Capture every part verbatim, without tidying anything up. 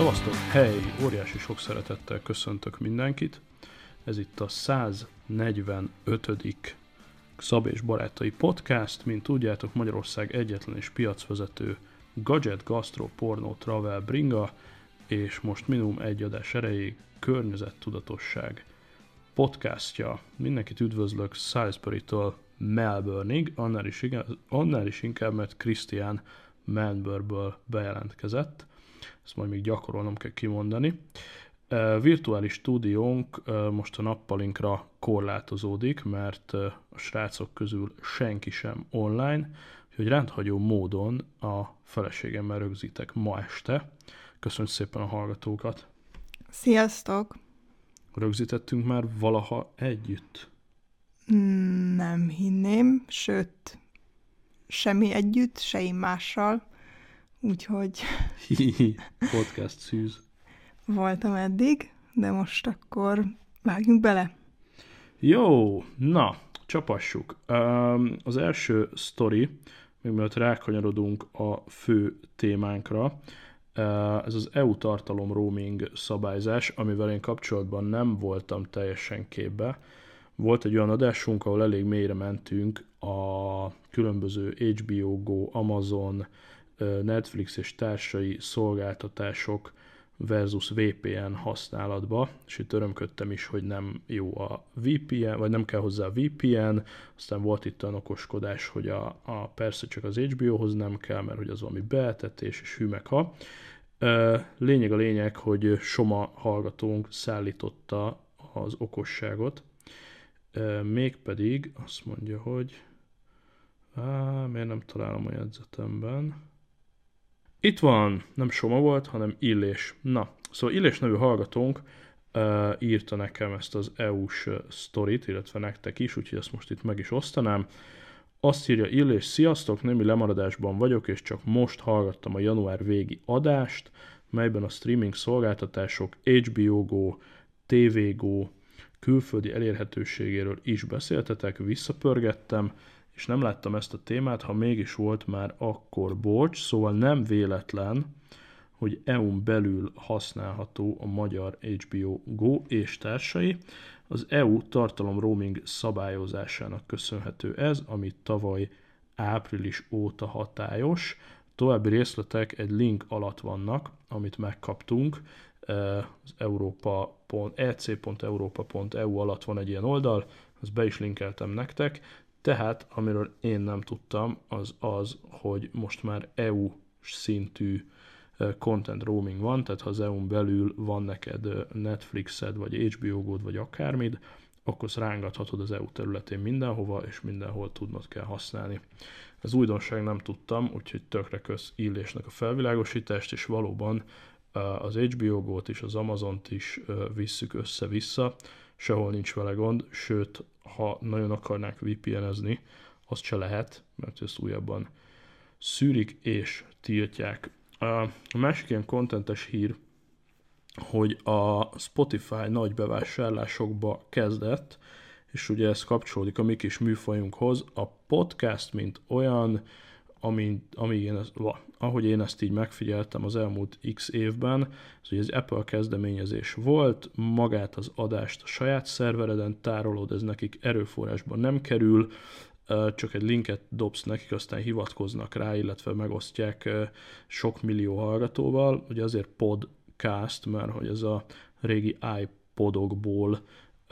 Szevasztok! Hely! Óriási sok szeretettel köszöntök mindenkit. Ez itt a száznegyvenötödik Szab és Barátai Podcast, mint tudjátok, Magyarország egyetlen és piacvezető gadget, gastro, porno, travel, bringa, és most minimum egy adás erejéig környezettudatosság podcastja. Mindenkit üdvözlök Salisbury-től Melbourne-ig, annál is, annál is inkább, mert Krisztián Melbourne-ből bejelentkezett. Ezt majd még gyakorolnom kell kimondani. Virtuális stúdiónk most a nappalinkra korlátozódik, mert a srácok közül senki sem online, úgyhogy rendhagyó módon a feleségemmel rögzítek ma este. Köszönjük szépen a hallgatókat! Sziasztok! Rögzítettünk már valaha együtt? Nem hinném, sőt, semmi együtt, se én mással, úgyhogy Hihi, podcast szűz. Voltam eddig, de most akkor vágjunk bele. Jó, na, csapassuk. Az első sztori, még mielőtt rákanyarodunk a fő témánkra, ez az é u tartalom roaming szabályzás, amivel én kapcsolatban nem voltam teljesen képbe. Volt egy olyan adásunk, ahol elég mélyre mentünk a különböző há bé o Go, Amazon, Netflix és társai szolgáltatások versus vé pé en használatba, és itt örömködtem is, hogy nem jó a vé pé en, vagy nem kell hozzá a vé pé en, aztán volt itt olyan okoskodás, hogy a, a persze csak az há bé o-hoz nem kell, mert hogy az valami beeltetés és hű meg ha. Lényeg a lényeg, hogy Soma hallgatónk szállította az okosságot, mégpedig azt mondja, hogy á, miért nem találom a jegyzetemben. Itt van, nem Soma volt, hanem Illés. Na, szóval Illés nevű hallgatónk uh, írta nekem ezt az é u-s sztorit, illetve nektek is, úgyhogy ezt most itt meg is osztanám. Azt írja Illés: sziasztok, némi lemaradásban vagyok, és csak most hallgattam a január végi adást, melyben a streaming szolgáltatások há bé o Go, té vé Go külföldi elérhetőségéről is beszéltetek, visszapörgettem, és nem láttam ezt a témát, ha mégis volt már, akkor bocs, szóval nem véletlen, hogy é u-n belül használható a magyar há bé o Go és társai. Az é u tartalom roaming szabályozásának köszönhető ez, ami tavaly április óta hatályos. További részletek egy link alatt vannak, amit megkaptunk. Az e c pont europa pont e u alatt van egy ilyen oldal, azt be is linkeltem nektek. Tehát, amiről én nem tudtam, az az, hogy most már é u szintű content roaming van, tehát ha az é u-n belül van neked Netflixed, vagy há bé o Go-d, vagy akármid, akkor azt rángathatod az é u területén mindenhova, és mindenhol tudnod kell használni. Ez újdonság, nem tudtam, úgyhogy tökre kösz Illésnek a felvilágosítást, és valóban az há bé o Go-t és az Amazont is visszük össze-vissza, sehol nincs vele gond, sőt, ha nagyon akarnák vé pé en-ezni, azt se lehet, mert ezt újabban szűrik és tiltják. A másik ilyen kontentes hír, hogy a Spotify nagy bevásárlásokba kezdett, és ugye ez kapcsolódik a mi kis műfajunkhoz, a podcast, mint olyan, ami, ami én ezt, ahogy én ezt így megfigyeltem az elmúlt x évben, ez ugye az Apple kezdeményezés volt, magát az adást a saját szervereden tárolod, ez nekik erőforrásban nem kerül, csak egy linket dobsz nekik, aztán hivatkoznak rá, illetve megosztják sok millió hallgatóval, ugye azért podcast, mert hogy ez a régi iPodokból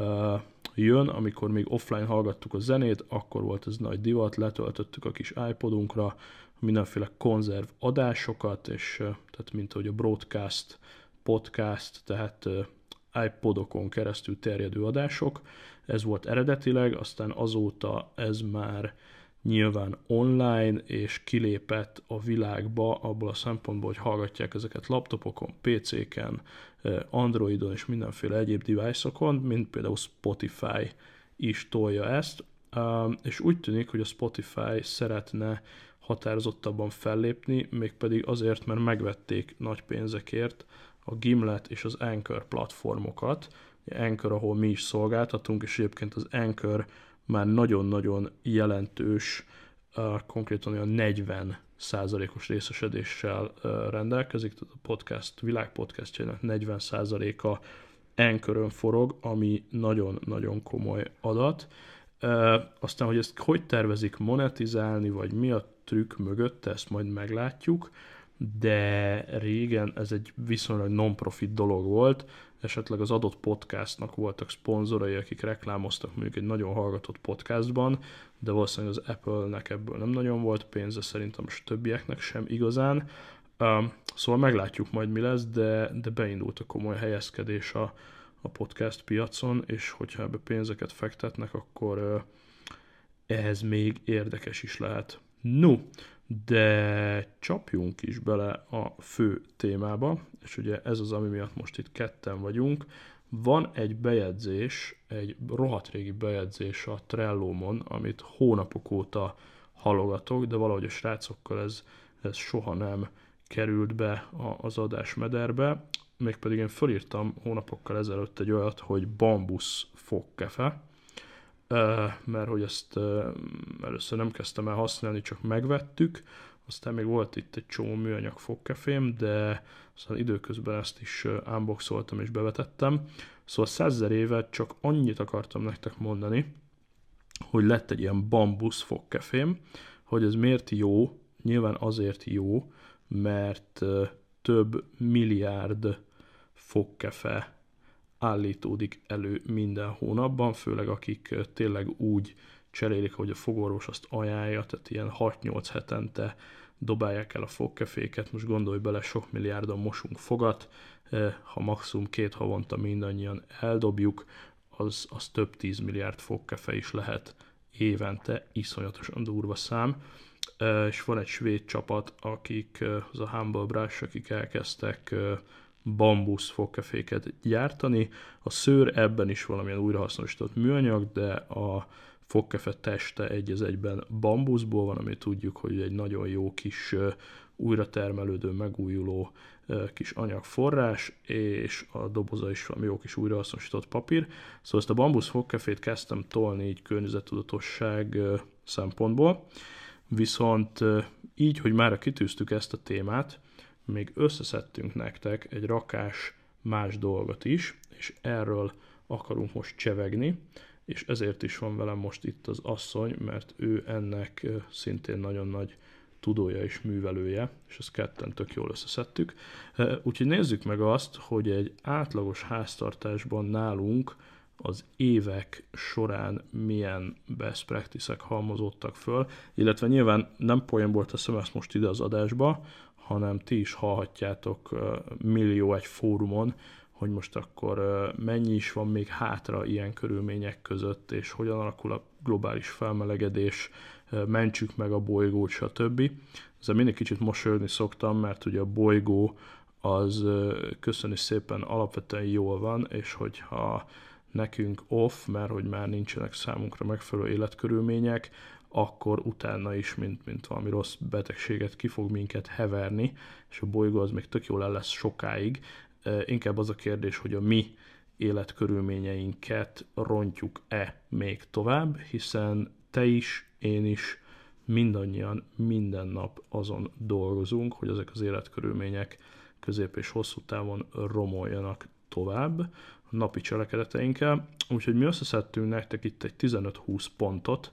jön, amikor még offline hallgattuk a zenét, akkor volt ez nagy divat, letöltöttük a kis iPodunkra mindenféle konzerv adásokat, és tehát mint hogy a broadcast, podcast, tehát iPodokon keresztül terjedő adások, ez volt eredetileg, aztán azóta ez már nyilván online, és kilépett a világba abból a szempontból, hogy hallgatják ezeket laptopokon, pé céken, Androidon és mindenféle egyéb device-okon, mint például Spotify is tolja ezt, és úgy tűnik, hogy a Spotify szeretne határozottabban fellépni, mégpedig azért, mert megvették nagy pénzekért a Gimlet és az Anchor platformokat. Anchor, ahol mi is szolgáltatunk, és egyébként az Anchor már nagyon-nagyon jelentős konkrétan olyan negyven százalékos részesedéssel rendelkezik, tehát a podcast, világ podcastjainak negyven százaléka Anchor-ön forog, ami nagyon-nagyon komoly adat. Aztán, hogy ezt hogy tervezik monetizálni, vagy mi a trükk mögött, ezt majd meglátjuk, de régen ez egy viszonylag non-profit dolog volt, esetleg az adott podcastnak voltak szponzorai, akik reklámoztak mondjuk egy nagyon hallgatott podcastban, de valószínűleg az Apple-nek ebből nem nagyon volt pénze, szerintem a többieknek sem igazán. Um, szóval meglátjuk majd mi lesz, de, de beindult a komoly helyezkedés a, a podcast piacon, és hogyha ebbe pénzeket fektetnek, akkor uh, ehhez még érdekes is lehet. No, de csapjunk is bele a fő témába, és ugye ez az, ami miatt most itt ketten vagyunk. Van egy bejegyzés, egy rohadt régi bejegyzés a Trello-mon, amit hónapok óta halogatok, de valahogy a srácokkal ez, ez soha nem került be az adásmederbe. Mégpedig én fölírtam hónapokkal ezelőtt egy olyat, hogy bambusz fogkefe, mert hogy ezt először nem kezdtem el használni, csak megvettük, aztán még volt itt egy csomó műanyag fogkefém, de aztán időközben ezt is unboxoltam és bevetettem. Szóval százezer évet csak annyit akartam nektek mondani, hogy lett egy ilyen bambusz fogkefém, hogy ez miért jó, nyilván azért jó, mert több milliárd fogkefe állítódik elő minden hónapban, főleg akik tényleg úgy cserélik, hogy a fogorvos azt ajánlja, tehát ilyen hat-nyolc hetente dobálják el a fogkeféket. Most gondolj bele, sok milliárdan mosunk fogat, ha maximum két havonta mindannyian eldobjuk, az, az több tíz milliárd fogkefe is lehet évente, iszonyatosan durva szám. És van egy svéd csapat, akik, az a Humble Brush, akik elkezdtek bambusz fogkeféket gyártani. A szőr ebben is valamilyen újrahasznosított műanyag, de a fogkefe teste egy az egyben bambuszból van, ami tudjuk, hogy egy nagyon jó kis újra termelődő, megújuló kis anyagforrás, és a doboza is valami jó kis újrahasznosított papír. Szóval ezt a bambusz fogkefét kezdtem tolni így környezettudatosság szempontból, viszont így, hogy már kitűztük ezt a témát, még összeszedtünk nektek egy rakás más dolgot is, és erről akarunk most csevegni, és ezért is van velem most itt az asszony, mert ő ennek szintén nagyon nagy tudója és művelője, és ezt ketten tök jól összeszedtük. Úgyhogy nézzük meg azt, hogy egy átlagos háztartásban nálunk az évek során milyen best practice-ek halmozódtak föl, illetve nyilván nem poénból teszem ezt most ide az adásba, hanem ti is hallhatjátok millió egy fórumon, hogy most akkor mennyi is van még hátra ilyen körülmények között, és hogyan alakul a globális felmelegedés, mentsük meg a bolygót, stb. Ezzel mindig kicsit mosolyogni szoktam, mert ugye a bolygó az köszöni szépen alapvetően jól van, és hogyha nekünk off, mert hogy már nincsenek számunkra megfelelő életkörülmények, akkor utána is, mint, mint valami rossz betegséget ki fog minket heverni, és a bolygó az még tök jól el lesz sokáig. Inkább az a kérdés, hogy a mi életkörülményeinket rontjuk-e még tovább, hiszen te is, én is, mindannyian minden nap azon dolgozunk, hogy ezek az életkörülmények közép és hosszú távon romoljanak tovább a napi cselekedeteinkkel. Úgyhogy mi összeszedtünk nektek itt egy tizenöt-húsz pontot,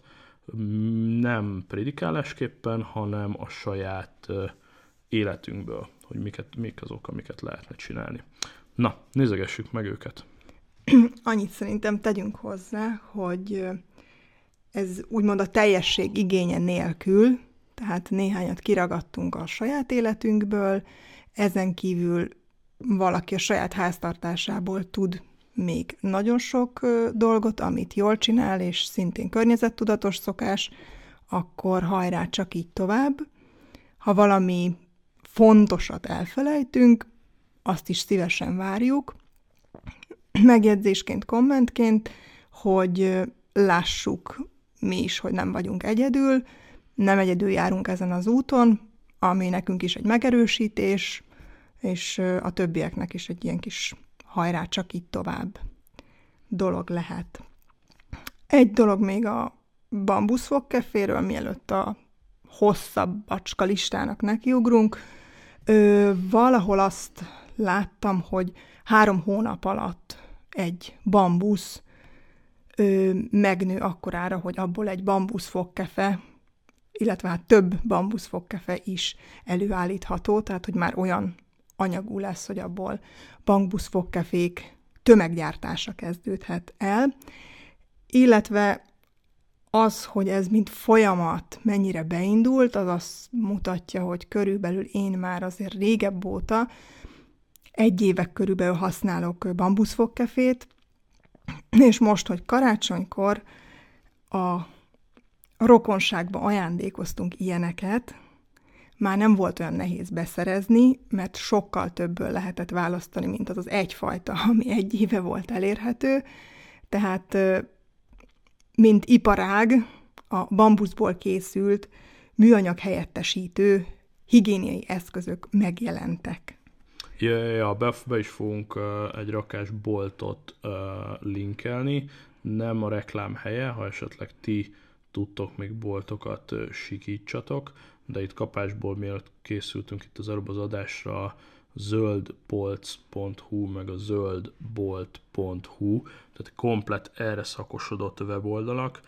nem prédikálásképpen, hanem a saját életünkből, hogy miket, mik azok, amiket lehetne csinálni. Na, nézegessük meg őket. Annyit szerintem tegyünk hozzá, hogy ez úgymond a teljesség igénye nélkül, tehát néhányat kiragadtunk a saját életünkből, ezen kívül valaki a saját háztartásából tud még nagyon sok dolgot, amit jól csinál, és szintén környezettudatos szokás, akkor hajrá, csak így tovább. Ha valami fontosat elfelejtünk, azt is szívesen várjuk, megjegyzésként, kommentként, hogy lássuk mi is, hogy nem vagyunk egyedül, nem egyedül járunk ezen az úton, ami nekünk is egy megerősítés, és a többieknek is egy ilyen kis hajrá, csak így tovább dolog lehet. Egy dolog még a bambuszfogkeféről, mielőtt a hosszabbacska listának nekiugrunk. Ö, valahol azt láttam, hogy három hónap alatt egy bambusz ö, megnő akkorára, hogy abból egy bambuszfogkefe, illetve hát több bambuszfogkefe is előállítható, tehát hogy már olyan anyagú lesz, hogy abból bambuszfogkefék tömeggyártása kezdődhet el, illetve az, hogy ez mint folyamat mennyire beindult, az azt mutatja, hogy körülbelül én már azért régebb óta, egy évek körülbelül használok bambuszfogkefét, és most, hogy karácsonykor a rokonságba ajándékoztunk ilyeneket, már nem volt olyan nehéz beszerezni, mert sokkal többből lehetett választani, mint az az egyfajta, ami egy éve volt elérhető. Tehát, mint iparág, a bambuszból készült műanyag helyettesítő higiéniai eszközök megjelentek. Ja, ja, ja be, be is fogunk uh, egy rakás boltot uh, linkelni, nem a reklám helye, ha esetleg ti tudtok még boltokat uh, sikítsatok, de itt kapásból, mielőtt készültünk itt az előbb az adásra, zöldpolc pont hu meg a zöldbolt pont hu, tehát komplet erre szakosodott weboldalak,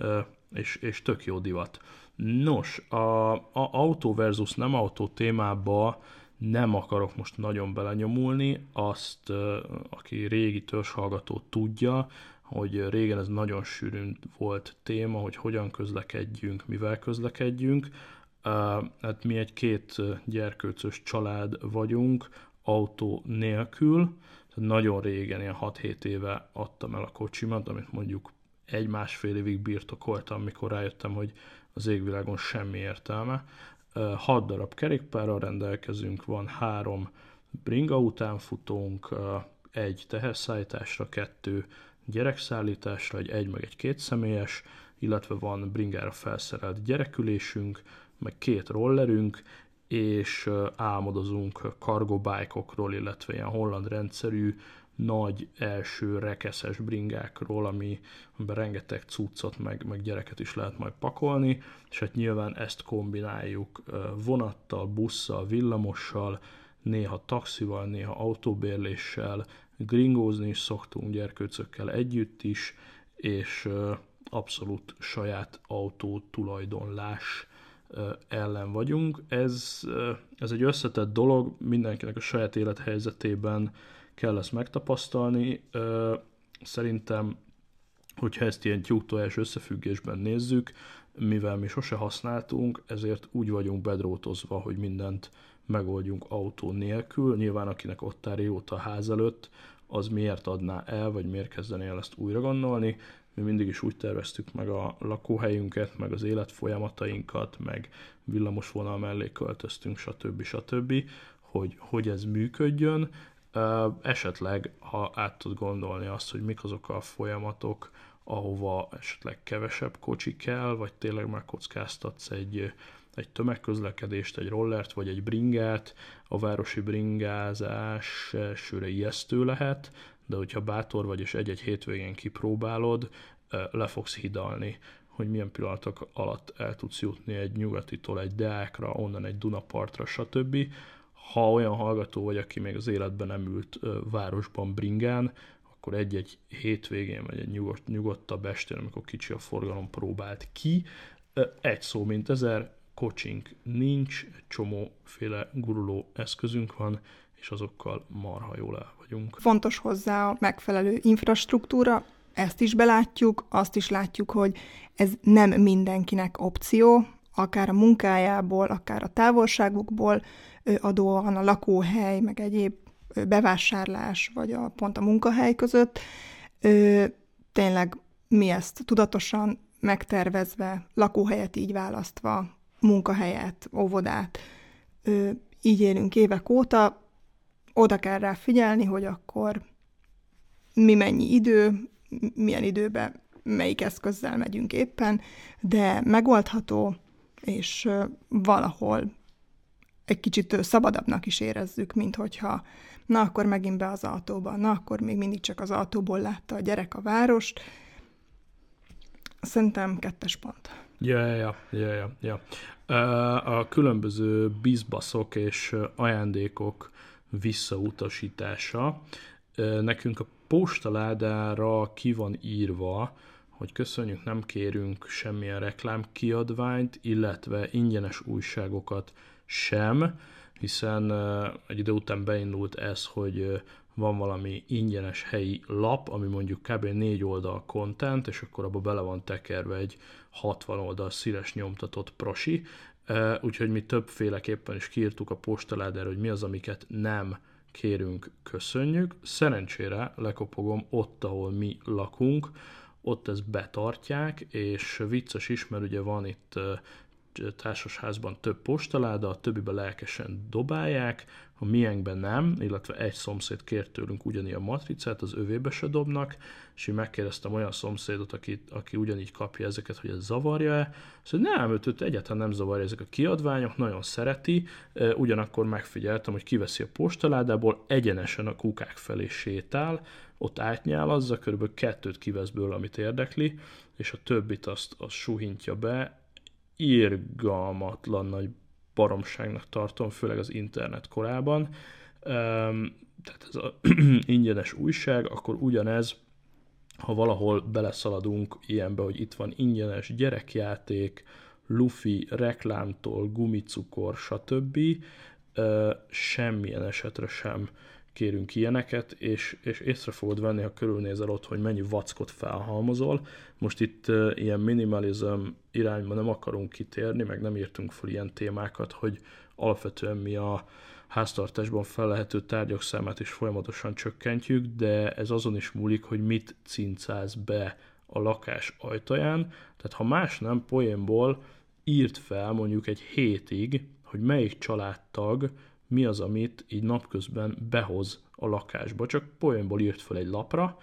és, és tök jó divat. Nos, a, a autó versus nem autó témába nem akarok most nagyon belenyomulni, azt, aki régi törzshallgató tudja, hogy régen ez nagyon sűrűn volt téma, hogy hogyan közlekedjünk, mivel közlekedjünk. Uh, hát mi egy két gyerkőcös család vagyunk, autó nélkül, tehát nagyon régen, ilyen hat-hét éve adtam el a kocsimat, amit mondjuk egy-másfél évig birtokoltam, mikor rájöttem, hogy az égvilágon semmi értelme. Uh, hat darab kerékpárral rendelkezünk, van három bringa utánfutónk, uh, egy teherszállításra, kettő gyerekszállításra, egy egy meg egy két személyes, illetve van bringára felszerelt gyerekülésünk, meg két rollerünk, és álmodozunk cargo bike-okról, illetve ilyen holland rendszerű, nagy első rekeszes bringákról, ami, amiben rengeteg cuccot, meg, meg gyereket is lehet majd pakolni, és hát nyilván ezt kombináljuk vonattal, busszal, villamossal, néha taxival, néha autóbérléssel, gringózni is szoktunk gyerkőcökkel együtt is, és abszolút saját autó tulajdonlás ellen vagyunk. Ez, ez egy összetett dolog, mindenkinek a saját élethelyzetében kell ezt megtapasztalni. Szerintem, hogyha ezt ilyen tyúk-tojás összefüggésben nézzük, mivel mi sose használtunk, ezért úgy vagyunk bedrótozva, hogy mindent megoldjunk autó nélkül. Nyilván akinek ott áll régóta a ház előtt, az miért adná el, vagy miért kezdené el ezt újra gondolni. Mi mindig is úgy terveztük meg a lakóhelyünket, meg az életfolyamatainkat, meg villamosvonal mellé költöztünk, stb. stb., hogy, hogy ez működjön. Esetleg, ha át tud gondolni azt, hogy mik azok a folyamatok, ahova esetleg kevesebb kocsi kell, vagy tényleg megkockáztatsz egy, egy tömegközlekedést, egy rollert, vagy egy bringát. A városi bringázás elsőre ijesztő lehet, de hogyha bátor vagy és egy-egy hétvégén kipróbálod, le fogsz hidalni, hogy milyen pillanatok alatt el tudsz jutni egy nyugatitól egy Deákra, onnan egy Dunapartra, stb. Ha olyan hallgató vagy, aki még az életben nem ült városban bringán, akkor egy-egy hétvégén vagy egy nyugodt, nyugodtabb estén, amikor kicsi a forgalom, próbált ki. Egy szó mint ezer, kocsink nincs, egy csomóféle guruló eszközünk van, és azokkal marha jól el vagyunk. Fontos hozzá a megfelelő infrastruktúra, ezt is belátjuk, azt is látjuk, hogy ez nem mindenkinek opció, akár a munkájából, akár a távolságukból adóan a lakóhely, meg egyéb bevásárlás, vagy a, pont a munkahely között. Tényleg mi ezt tudatosan megtervezve, lakóhelyet így választva, munkahelyet, óvodát, így élünk évek óta, oda kell rá figyelni, hogy akkor mi mennyi idő, milyen időben, melyik eszközzel megyünk éppen, de megoldható, és valahol egy kicsit szabadabbnak is érezzük, mint hogyha na akkor megint be az autóba, na akkor még mindig csak az autóból látta a gyerek a várost. Szerintem kettes pont. Ja, ja, ja, ja, ja. A különböző bizbaszok és ajándékok visszautasítása. Nekünk a postaládára ki van írva, hogy köszönjük, nem kérünk semmilyen reklámkiadványt, illetve ingyenes újságokat sem, hiszen egy idő után beindult ez, hogy van valami ingyenes helyi lap, ami mondjuk kb. négy oldal content, és akkor abba bele van tekerve egy hatvan oldal színes nyomtatott prosi, úgyhogy mi többféleképpen is kiírtuk a postaládára, hogy mi az, amiket nem kérünk, köszönjük. Szerencsére lekopogom ott, ahol mi lakunk, ott ezt betartják, és vicces is, mert ugye van itt társasházban több postaláda, a többiben lelkesen dobálják, a miénkben nem, illetve egy szomszéd kért tőlünk ugyanilyen matricát, az övébe se dobnak, és én megkérdeztem olyan szomszédot, aki, aki ugyanígy kapja ezeket, hogy ez zavarja-e, szóval nem, őt, őt egyáltalán nem zavarja ezek a kiadványok, nagyon szereti, ugyanakkor megfigyeltem, hogy kiveszi a postaládából, egyenesen a kukák felé sétál, ott átnyálazza, körülbelül kettőt kivesz bőle, amit érdekli, és a többit azt, azt suhintja be, irgalmatlan nagy baromságnak tartom, főleg az internet korában. Tehát ez az ingyenes újság, akkor ugyanez, ha valahol beleszaladunk ilyenbe, hogy itt van ingyenes gyerekjáték, lufi, reklámtól, gumicukor, stb. Semmilyen esetre sem kérünk ilyeneket, és, és észre fogod venni, ha körülnézel ott, hogy mennyi vackot felhalmozol. Most itt uh, ilyen minimalizm irányba nem akarunk kitérni, meg nem írtunk fel ilyen témákat, hogy alapvetően mi a háztartásban fellehető tárgyak számát is folyamatosan csökkentjük, de ez azon is múlik, hogy mit cincálsz be a lakás ajtaján. Tehát ha más nem, poénból írt fel mondjuk egy hétig, hogy melyik családtag mi az, amit így napközben behoz a lakásba. Csak poénból írt fel egy lapra,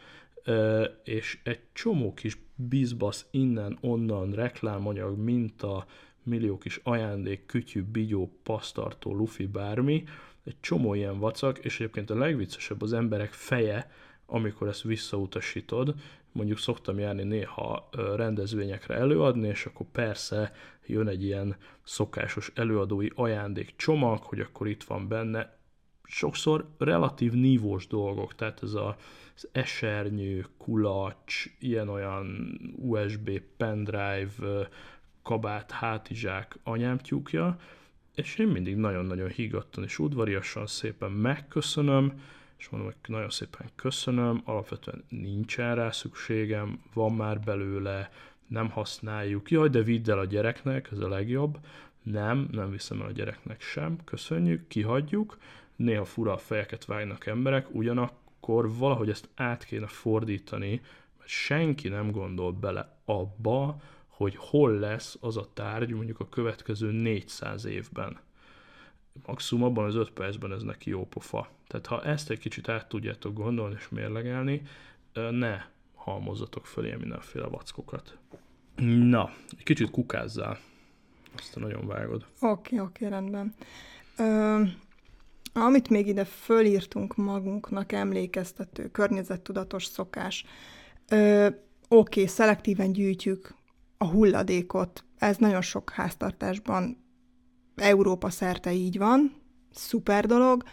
és egy csomó kis bizbasz innen-onnan, reklámanyag, minta, millió kis ajándék, kütyű, bigyó, pasztartó, lufi, bármi, egy csomó ilyen vacak, és egyébként a legviccesebb az emberek feje, amikor ezt visszautasítod. Mondjuk szoktam járni néha rendezvényekre előadni, és akkor persze jön egy ilyen szokásos előadói ajándék csomag, hogy akkor itt van benne sokszor relatív nívós dolgok, tehát ez a, az esernyő, kulacs, ilyen-olyan u es bé pendrive, kabát, hátizsák, anyámtyúkja, és én mindig nagyon-nagyon higgadtan és udvariasan szépen megköszönöm, és mondom, hogy nagyon szépen köszönöm, alapvetően nincsen rá szükségem, van már belőle, nem használjuk, jaj, de vidd el a gyereknek, ez a legjobb, nem, nem viszem el a gyereknek sem, köszönjük, kihagyjuk, néha fura fejeket vágnak emberek, ugyanakkor valahogy ezt át kéne fordítani, mert senki nem gondol bele abba, hogy hol lesz az a tárgy mondjuk a következő négyszáz évben. Maximum abban az öt percben ez neki jó pofa. Tehát ha ezt egy kicsit át tudjátok gondolni és mérlegelni, ne halmozzatok föl ilyen mindenféle vackokat. Na, egy kicsit kukázzál. Azt nagyon vágod. Oké, okay, oké, okay, rendben. Ö, amit még ide fölírtunk magunknak, emlékeztető, környezettudatos szokás. Ö, oké, okay, szelektíven gyűjtjük a hulladékot. Ez nagyon sok háztartásban Európa szerte így van. Szuper dolog.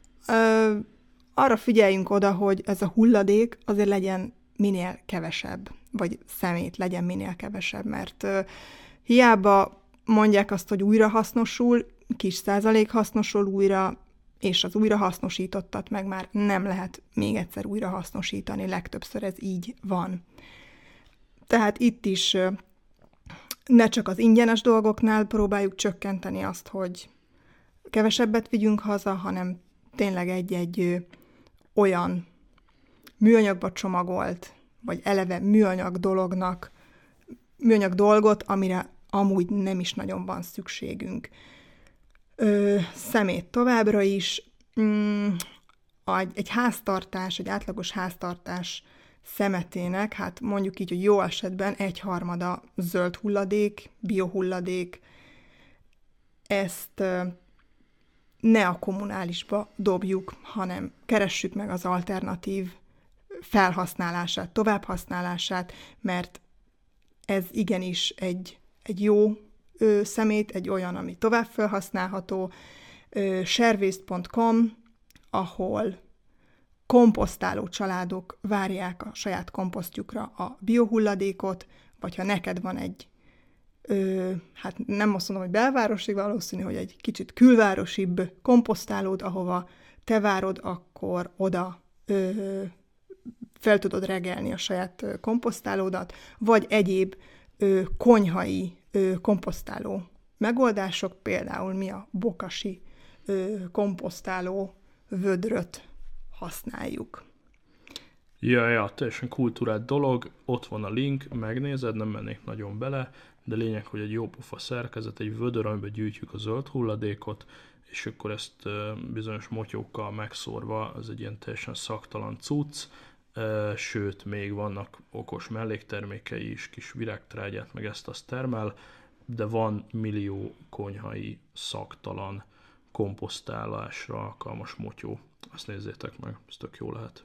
Ö, arra figyeljünk oda, hogy ez a hulladék azért legyen minél kevesebb, vagy szemét legyen minél kevesebb, mert ö, hiába mondják azt, hogy újra hasznosul, kis százalék hasznosul újra, és az újrahasznosítottat meg már nem lehet még egyszer újrahasznosítani, legtöbbször ez így van. Tehát itt is ne csak az ingyenes dolgoknál próbáljuk csökkenteni azt, hogy kevesebbet vigyünk haza, hanem tényleg egy-egy olyan műanyagba csomagolt, vagy eleve műanyag dolognak, műanyag dolgot, amire amúgy nem is nagyon van szükségünk. Ö, szemét továbbra is. Mm, egy, egy háztartás, egy átlagos háztartás szemetének, hát mondjuk így, hogy jó esetben egyharmada zöld hulladék, biohulladék, ezt ö, ne a kommunálisba dobjuk, hanem keressük meg az alternatív felhasználását, továbbhasználását, mert ez igenis egy egy jó ö, szemét, egy olyan, ami tovább felhasználható, ö, sharewaste pont com, ahol komposztáló családok várják a saját komposztjukra a biohulladékot, vagy ha neked van egy, ö, hát nem azt mondom, hogy belvárosi, valószínű, hogy egy kicsit külvárosibb komposztálód, ahova te várod, akkor oda ö, fel tudod regelni a saját ö, komposztálódat, vagy egyéb ö, konyhai ö, komposztáló megoldások, például mi a bokasi ö, komposztáló vödröt használjuk. Ja, ja, teljesen kultúrált dolog, ott van a link, megnézed, nem mennék nagyon bele, de lényeg, hogy egy jó pofa szerkezet, egy vödör, amiben gyűjtjük a zöld hulladékot, és akkor ezt bizonyos motyókkal megszórva, az egy ilyen teljesen szaktalan cucc, sőt, még vannak okos melléktermékei is, kis virágtrágyát, meg ezt-azt termel, de van millió konyhai szaktalan komposztálásra alkalmas motyó. Azt nézzétek meg, ez tök jó lehet.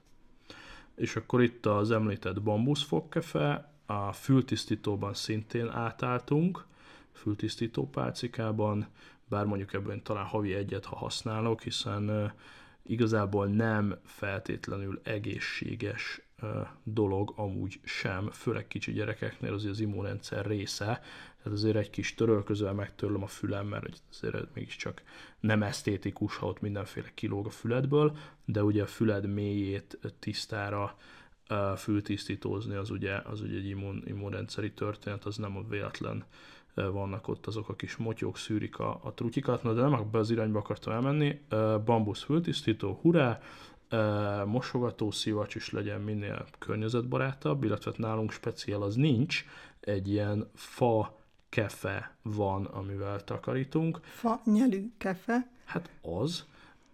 És akkor itt az említett bambuszfogkefe, a fültisztítóban szintén átálltunk, fültisztító pálcikában, bár mondjuk ebből talán havi egyet, ha használok, hiszen uh, igazából nem feltétlenül egészséges uh, dolog amúgy sem, főleg kicsi gyerekeknél azért az immunrendszer része, tehát azért egy kis törölközővel megtörlöm a fülem, mert azért mégiscsak nem esztétikus, ha ott mindenféle kilóg a füledből, de ugye a füled mélyét tisztára uh, fültisztítózni, az ugye, az ugye egy immun, immunrendszeri történet, az nem a véletlen uh, vannak ott azok a kis motyók, szűrik a, a trutyikat, na de nem abban az irányba akartam elmenni, uh, bambusz fültisztító, hurrá, uh, mosogató szivacs is legyen minél környezetbarátabb, illetve nálunk speciál az nincs, egy ilyen fa kefe van, amivel takarítunk. Fa nyelű kefe. Hát az.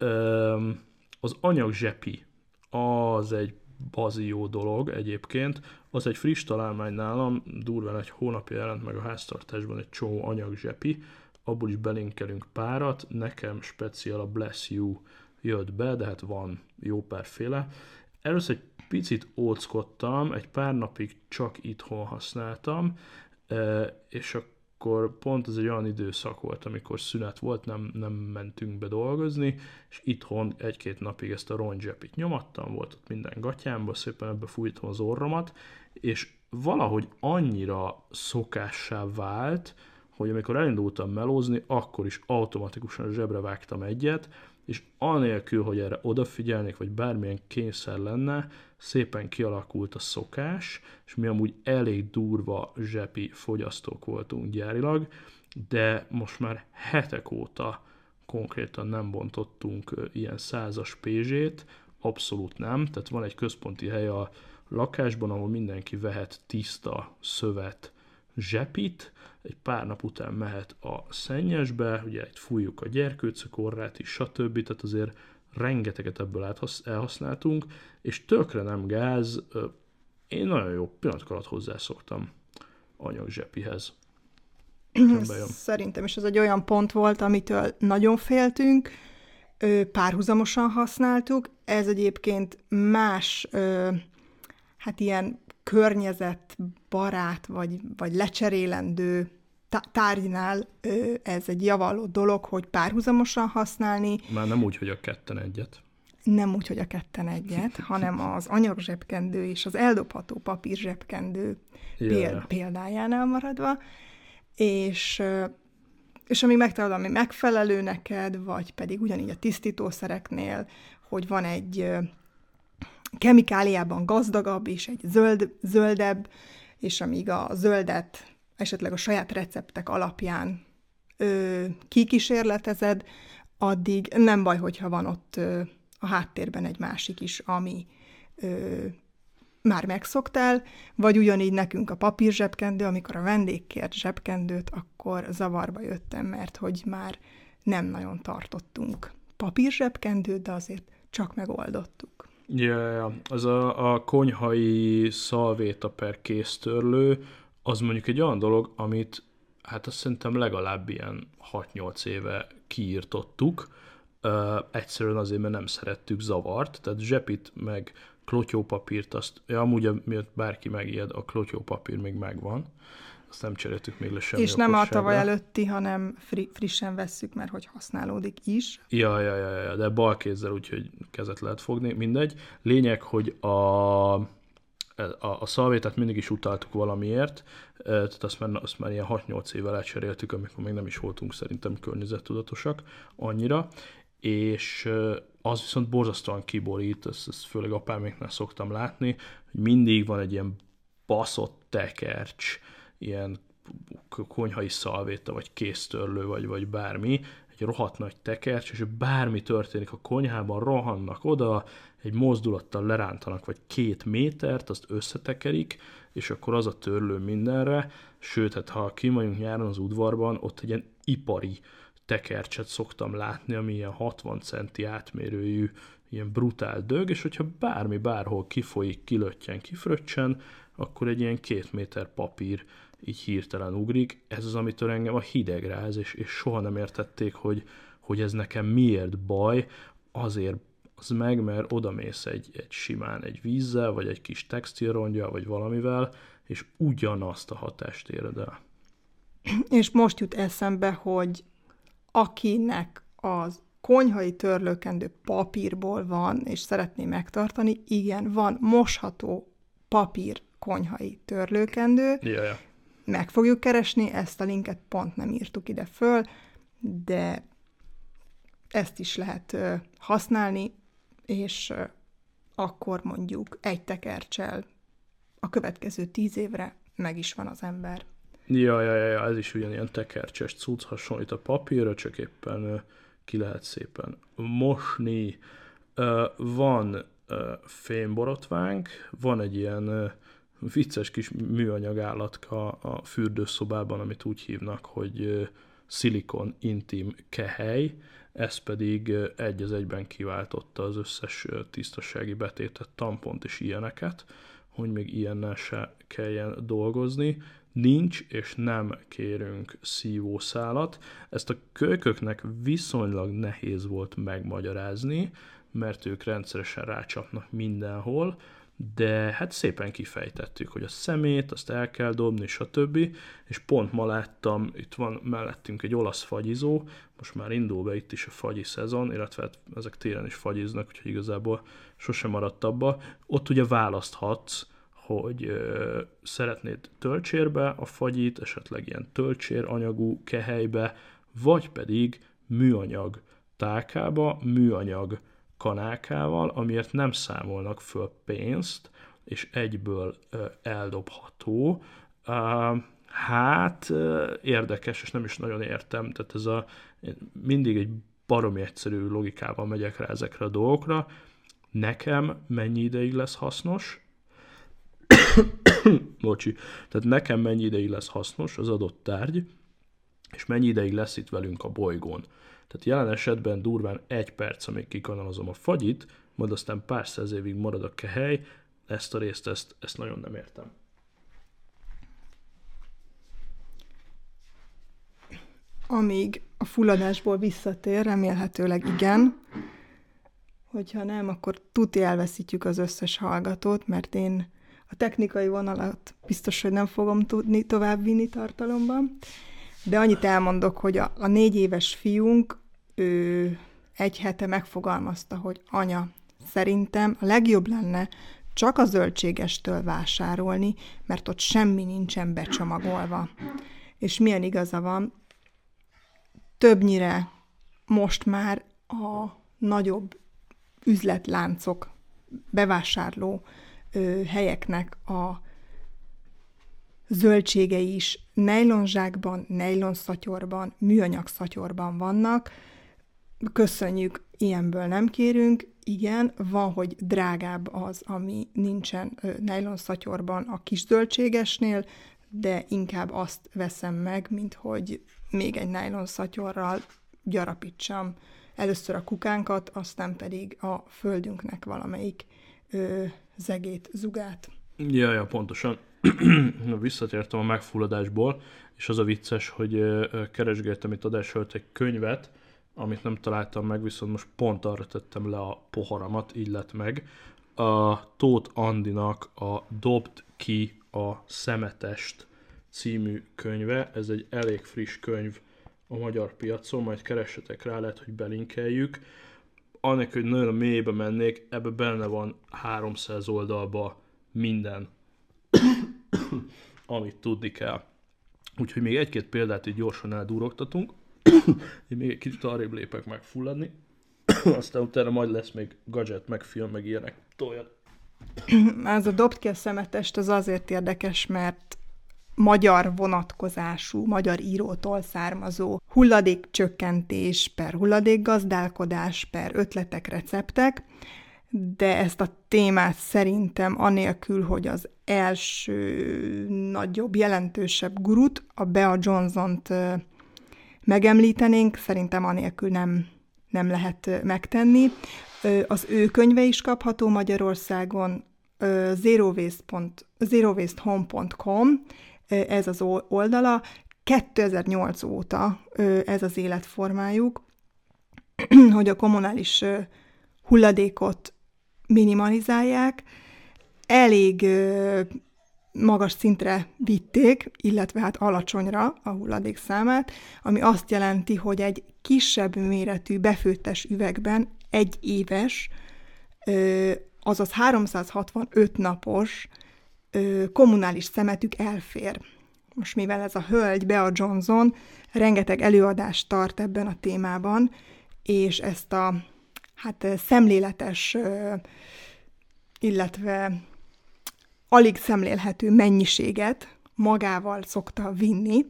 Ö, az anyagzsepi, az egy bazi jó dolog egyébként. Az egy friss találmány nálam, durván egy hónapja jelent meg a háztartásban egy csomó anyagzsepi, abból is belinkelünk párat, nekem speciál a Bless You jött be, de hát van jó párféle. Először egy picit óckodtam, egy pár napig csak itthon használtam, és akkor pont ez egy olyan időszak volt, amikor szünet volt, nem, nem mentünk be dolgozni, és itthon egy-két napig ezt a rongyzsepit nyomattam, volt ott minden gatyámba, szépen ebbe fújtam az orromat, és valahogy annyira szokássá vált, hogy amikor elindultam melózni, akkor is automatikusan a zsebre vágtam egyet, és anélkül, hogy erre odafigyelnék, vagy bármilyen kényszer lenne, szépen kialakult a szokás, és mi amúgy elég durva zsepi fogyasztók voltunk gyárilag, de most már hetek óta konkrétan nem bontottunk ilyen százas pézsét, abszolút nem, tehát van egy központi hely a lakásban, ahol mindenki vehet tiszta szövet zsepit, egy pár nap után mehet a szennyesbe, ugye itt fújjuk a gyerkőcök orrát is, stb. Tehát azért rengeteget ebből elhasználtunk, és tökre nem gáz, én nagyon jó pillanatok alatt hozzászoktam anyagzsepihez. Szerintem is ez egy olyan pont volt, amitől nagyon féltünk, párhuzamosan használtuk, ez egyébként más, hát ilyen környezetbarát, vagy, vagy lecserélendő tárgynál ez egy javalló dolog, hogy párhuzamosan használni. Már nem úgy, hogy a ketten egyet. Nem úgy, hogy a ketten egyet, hanem az anyagzsebkendő és az eldobható papírzsebkendő yeah. példájánál maradva, és, és amíg megtalálod, ami megfelelő neked, vagy pedig ugyanígy a tisztítószereknél, hogy van egy kemikáliában gazdagabb és egy zöld, zöldebb, és amíg a zöldet esetleg a saját receptek alapján ö, kikísérletezed, addig nem baj, hogyha van ott ö, a háttérben egy másik is, ami ö, már megszoktál, vagy ugyanígy nekünk a papír zsebkendő, amikor a vendég kért zsebkendőt, akkor zavarba jöttem, mert hogy már nem nagyon tartottunk papír zsebkendőt, de azért csak megoldottuk. Ja, ja. Az a, a konyhai szalvéta per kéztörlő, az mondjuk egy olyan dolog, amit hát azt szerintem legalább ilyen hat-nyolc éve kiírtottuk, uh, egyszerűen azért, mert nem szerettük zavart, tehát zsepit meg klotyópapírt, azt, ja, amúgy miatt bárki megijed, a klotyópapír még megvan, azt nem cseréltük még le semmi És nem a okosságra. tavaly előtti, hanem fri- frissen vesszük, mert hogy használódik is. Ja, ja, ja, ja, de bal kézzel, úgyhogy kezet lehet fogni, mindegy. Lényeg, hogy a, a, a szalvétát mindig is utáltuk valamiért, tehát azt már, azt már ilyen hat-nyolc éve lecseréltük, amikor még nem is voltunk szerintem környezettudatosak annyira, és az viszont borzasztóan kiborít, ezt, ezt főleg apáméknál szoktam látni, hogy mindig van egy ilyen baszott tekercs, ilyen konyhai szalvéta, vagy kéztörlő, vagy, vagy bármi, egy rohadt nagy tekercs, és bármi történik a konyhában, rohannak oda, egy mozdulattal lerántanak, vagy két métert, azt összetekerik, és akkor az a törlő mindenre, sőt, hát ha kim vagyunk nyáron az udvarban, ott egy ilyen ipari tekercset szoktam látni, ami ilyen hatvan centi átmérőjű, ilyen brutál dög, és hogyha bármi bárhol kifolyik, kilöttyen, kifröccsen, akkor egy ilyen két méter papír így hirtelen ugrik. Ez az, amitől engem a hideg ráz, és, és soha nem értették, hogy, hogy ez nekem miért baj, azért az meg, mert odamész egy, egy simán egy vízzel, vagy egy kis textilrongyal, vagy valamivel, és ugyanazt a hatást éred el. És most jut eszembe, hogy akinek az konyhai törlőkendő papírból van, és szeretné megtartani, igen, van mosható papír konyhai törlőkendő. Jaja. Meg fogjuk keresni, ezt a linket pont nem írtuk ide föl, de ezt is lehet uh, használni, és uh, akkor mondjuk egy tekerccsel a következő tíz évre meg is van az ember. Ja, ja, ja, ez is ugyanilyen tekercses cucc, hasonlít a papírra, csak éppen uh, ki lehet szépen mosni. Uh, van uh, fémborotvánk, van egy ilyen uh, vicces kis műanyag állatka a fürdőszobában, amit úgy hívnak, hogy uh, szilikon intim kehely, ez pedig uh, egy az egyben kiváltotta az összes uh, tisztasági betétet, tampont és ilyeneket, hogy még ilyennel se kelljen dolgozni. Nincs és nem kérünk szívószálat. Ezt a kölyköknek viszonylag nehéz volt megmagyarázni, mert ők rendszeresen rácsapnak mindenhol, de hát szépen kifejtettük, hogy a szemét, azt el kell dobni, stb. És pont ma láttam, itt van mellettünk egy olasz fagyizó, most már indul be itt is a fagyi szezon, illetve hát ezek télen is fagyiznak, úgyhogy igazából sosem maradt abba. Ott ugye választhatsz, hogy ö, szeretnéd töltsérbe a fagyit, esetleg ilyen töltsér anyagú kehelybe, vagy pedig műanyag tálkába, műanyag kanákával, amiért nem számolnak föl pénzt, és egyből ö, eldobható. Uh, hát ö, érdekes, és nem is nagyon értem, tehát ez a, mindig egy baromi egyszerű logikával megyek rá ezekre a dolgokra. Nekem mennyi ideig lesz hasznos? Bocsi. Tehát nekem mennyi ideig lesz hasznos az adott tárgy, és mennyi ideig lesz itt velünk a bolygón. Tehát jelen esetben durván egy perc, amíg kikanalazom a fagyit, majd aztán pár száz évig marad a kehely, ezt a részt, ezt, ezt nagyon nem értem. Amíg a fulladásból visszatér, remélhetőleg igen. Hogyha nem, akkor tuti elveszítjük az összes hallgatót, mert én a technikai vonalat biztos, hogy nem fogom tudni továbbvinni tartalomban. De annyit elmondok, hogy a, a négy éves fiunk, ő egy hete megfogalmazta, hogy anya, szerintem a legjobb lenne csak a zöldségestől vásárolni, mert ott semmi nincsen becsomagolva. És milyen igaza van, többnyire most már a nagyobb üzletláncok, bevásárló ö, helyeknek a zöldségei is nejlonzsákban, nejlonszatyorban, műanyag szatyorban vannak. Köszönjük, ilyenből nem kérünk. Igen, van, hogy drágább az, ami nincsen ö, nejlonszatyorban a kis zöldségesnél, de inkább azt veszem meg, mint hogy még egy nejlonszatyorral gyarapítsam először a kukánkat, aztán pedig a földünknek valamelyik ö, zegét, zugát. Ja, ja, pontosan. Visszatértem a megfulladásból, és az a vicces, hogy keresgéltem itt adás előtt egy könyvet, amit nem találtam meg, viszont most pont arra tettem le a poharamat, így lett meg. A Tóth Andinak a Dobd ki a szemetest című könyve. Ez egy elég friss könyv a magyar piacon, majd keressetek rá, lehet, hogy belinkeljük. Annélkül, hogy nagyon a mélybe mennék, ebbe benne van háromszáz oldalba minden, amit tudni kell. Úgyhogy még egy-két példát így gyorsan eldúrogtatunk. Én még egy kicsit arrébb lépek meg fulladni. Aztán utána majd lesz még gadget, meg film, meg ilyenek. Toljad. Ez a dobd ki a szemetest az azért érdekes, mert magyar vonatkozású, magyar írótól származó hulladékcsökkentés per hulladékgazdálkodás per ötletek, receptek, de ezt a témát szerintem anélkül, hogy az első nagyobb, jelentősebb gurut, a Bea Johnson-t megemlítenénk, szerintem anélkül nem, nem lehet megtenni. Az ő könyve is kapható Magyarországon, zero waste home pont com, ez az oldala. kétezer-nyolc óta ez az életformájuk, hogy a kommunális hulladékot minimalizálják. Elég magas szintre vitték, illetve hát alacsonyra a hulladék számát, ami azt jelenti, hogy egy kisebb méretű befőttes üvegben egy éves, azaz háromszázhatvanöt napos kommunális szemetük elfér. Most mivel ez a hölgy, Bea Johnson, rengeteg előadást tart ebben a témában, és ezt a hát szemléletes, illetve alig szemlélhető mennyiséget magával szokta vinni.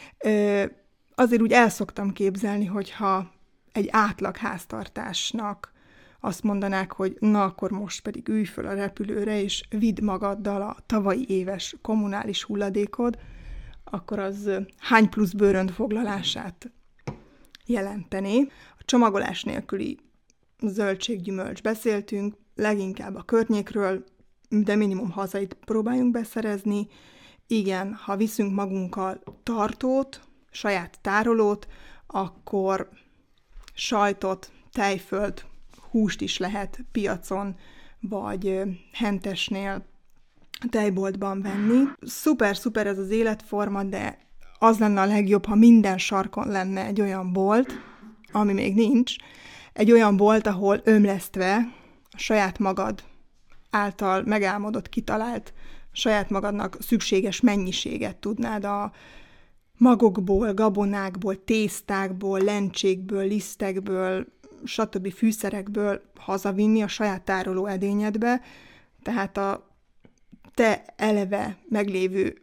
Azért úgy el szoktam képzelni, hogyha egy átlag háztartásnak azt mondanák, hogy na, akkor most pedig ülj föl a repülőre, és vidd magaddal a tavalyi éves kommunális hulladékod, akkor az hány plusz bőrönt foglalását jelenteni. A csomagolás nélküli zöldséggyümölcs beszéltünk, leginkább a környékről, de minimum hazait próbáljunk beszerezni. Igen, ha viszünk magunkkal tartót, saját tárolót, akkor sajtot, tejföld, húst is lehet piacon, vagy hentesnél, tejboltban venni. Szuper, szuper ez az életforma, de az lenne a legjobb, ha minden sarkon lenne egy olyan bolt, ami még nincs, egy olyan bolt, ahol ömlesztve a saját magad által megálmodott, kitalált, saját magadnak szükséges mennyiséget tudnád a magokból, gabonákból, tésztákból, lencsékből, lisztekből, stb. Fűszerekből hazavinni a saját tároló edényedbe, tehát a te eleve meglévő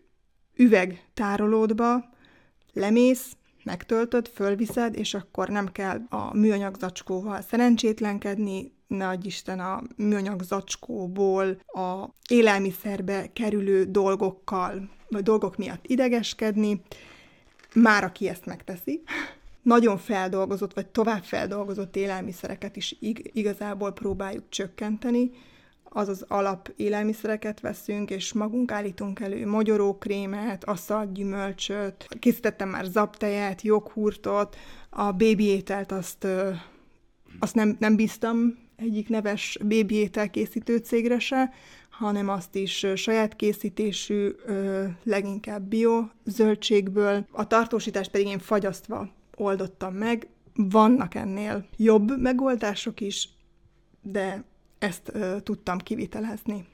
üvegtárolódba lemész, megtöltöd, fölviszed, és akkor nem kell a műanyag zacskóval szerencsétlenkedni, ne adj Isten a műanyag zacskóból a élelmiszerbe kerülő dolgokkal, vagy dolgok miatt idegeskedni. Már aki ezt megteszi, nagyon feldolgozott, vagy tovább feldolgozott élelmiszereket is ig- igazából próbáljuk csökkenteni, azaz alap élelmiszereket veszünk, és magunk állítunk elő mogyorókrémet, asszalt gyümölcsöt, készítettem már zaptejet, joghurtot, a bébi ételt azt, azt nem, nem bíztam egyik neves bébi étel készítő cégre se, hanem azt is saját készítésű, leginkább bio zöldségből. A tartósítást pedig én fagyasztva oldottam meg. Vannak ennél jobb megoldások is, de ezt uh, tudtam kivitelezni.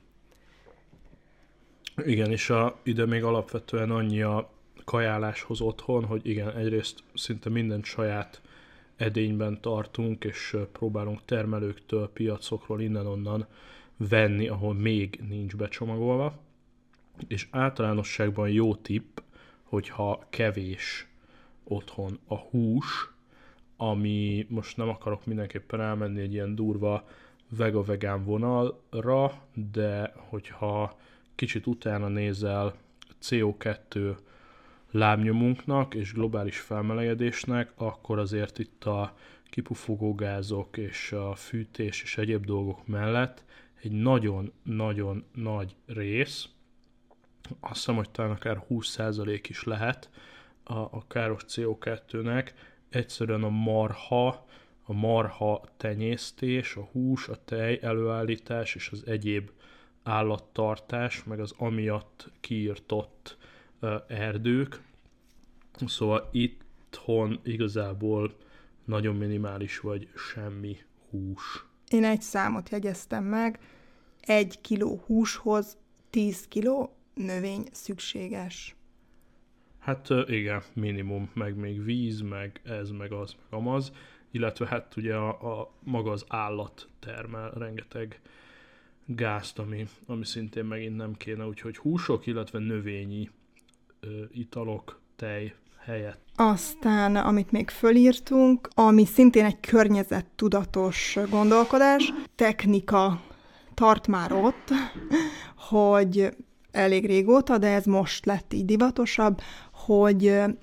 Igen, és a, ide még alapvetően annyi a kajáláshoz otthon, hogy igen, egyrészt szinte mindent saját edényben tartunk, és próbálunk termelőktől, piacokról innen-onnan venni, ahol még nincs becsomagolva. És általánosságban jó tipp, hogyha kevés otthon a hús, ami most nem akarok mindenképpen elmenni egy ilyen durva vega-vegán vonalra, de hogyha kicsit utána nézel cé o kettő lábnyomunknak és globális felmelegedésnek, akkor azért itt a kipufogó gázok és a fűtés és egyéb dolgok mellett egy nagyon-nagyon nagy rész, azt hiszem, hogy talán akár húsz százalék is lehet a, a káros cé o kettőnek, egyszerűen a marha, a marha tenyésztés, a hús, a tej előállítás és az egyéb állattartás, meg az amiatt kiirtott erdők, szóval itthon igazából nagyon minimális vagy semmi hús. Én egy számot jegyeztem meg, egy kiló húshoz tíz kiló növény szükséges. Hát igen, minimum, meg még víz, meg ez, meg az, meg amaz, illetve hát ugye a, a maga az állat termel rengeteg gázt, ami, ami szintén megint nem kéne, úgyhogy húsok, illetve növényi ö, italok, tej helyett. Aztán, amit még fölírtunk, ami szintén egy környezettudatos gondolkodás, technika tart már ott, hogy elég régóta, de ez most lett így divatosabb, hogy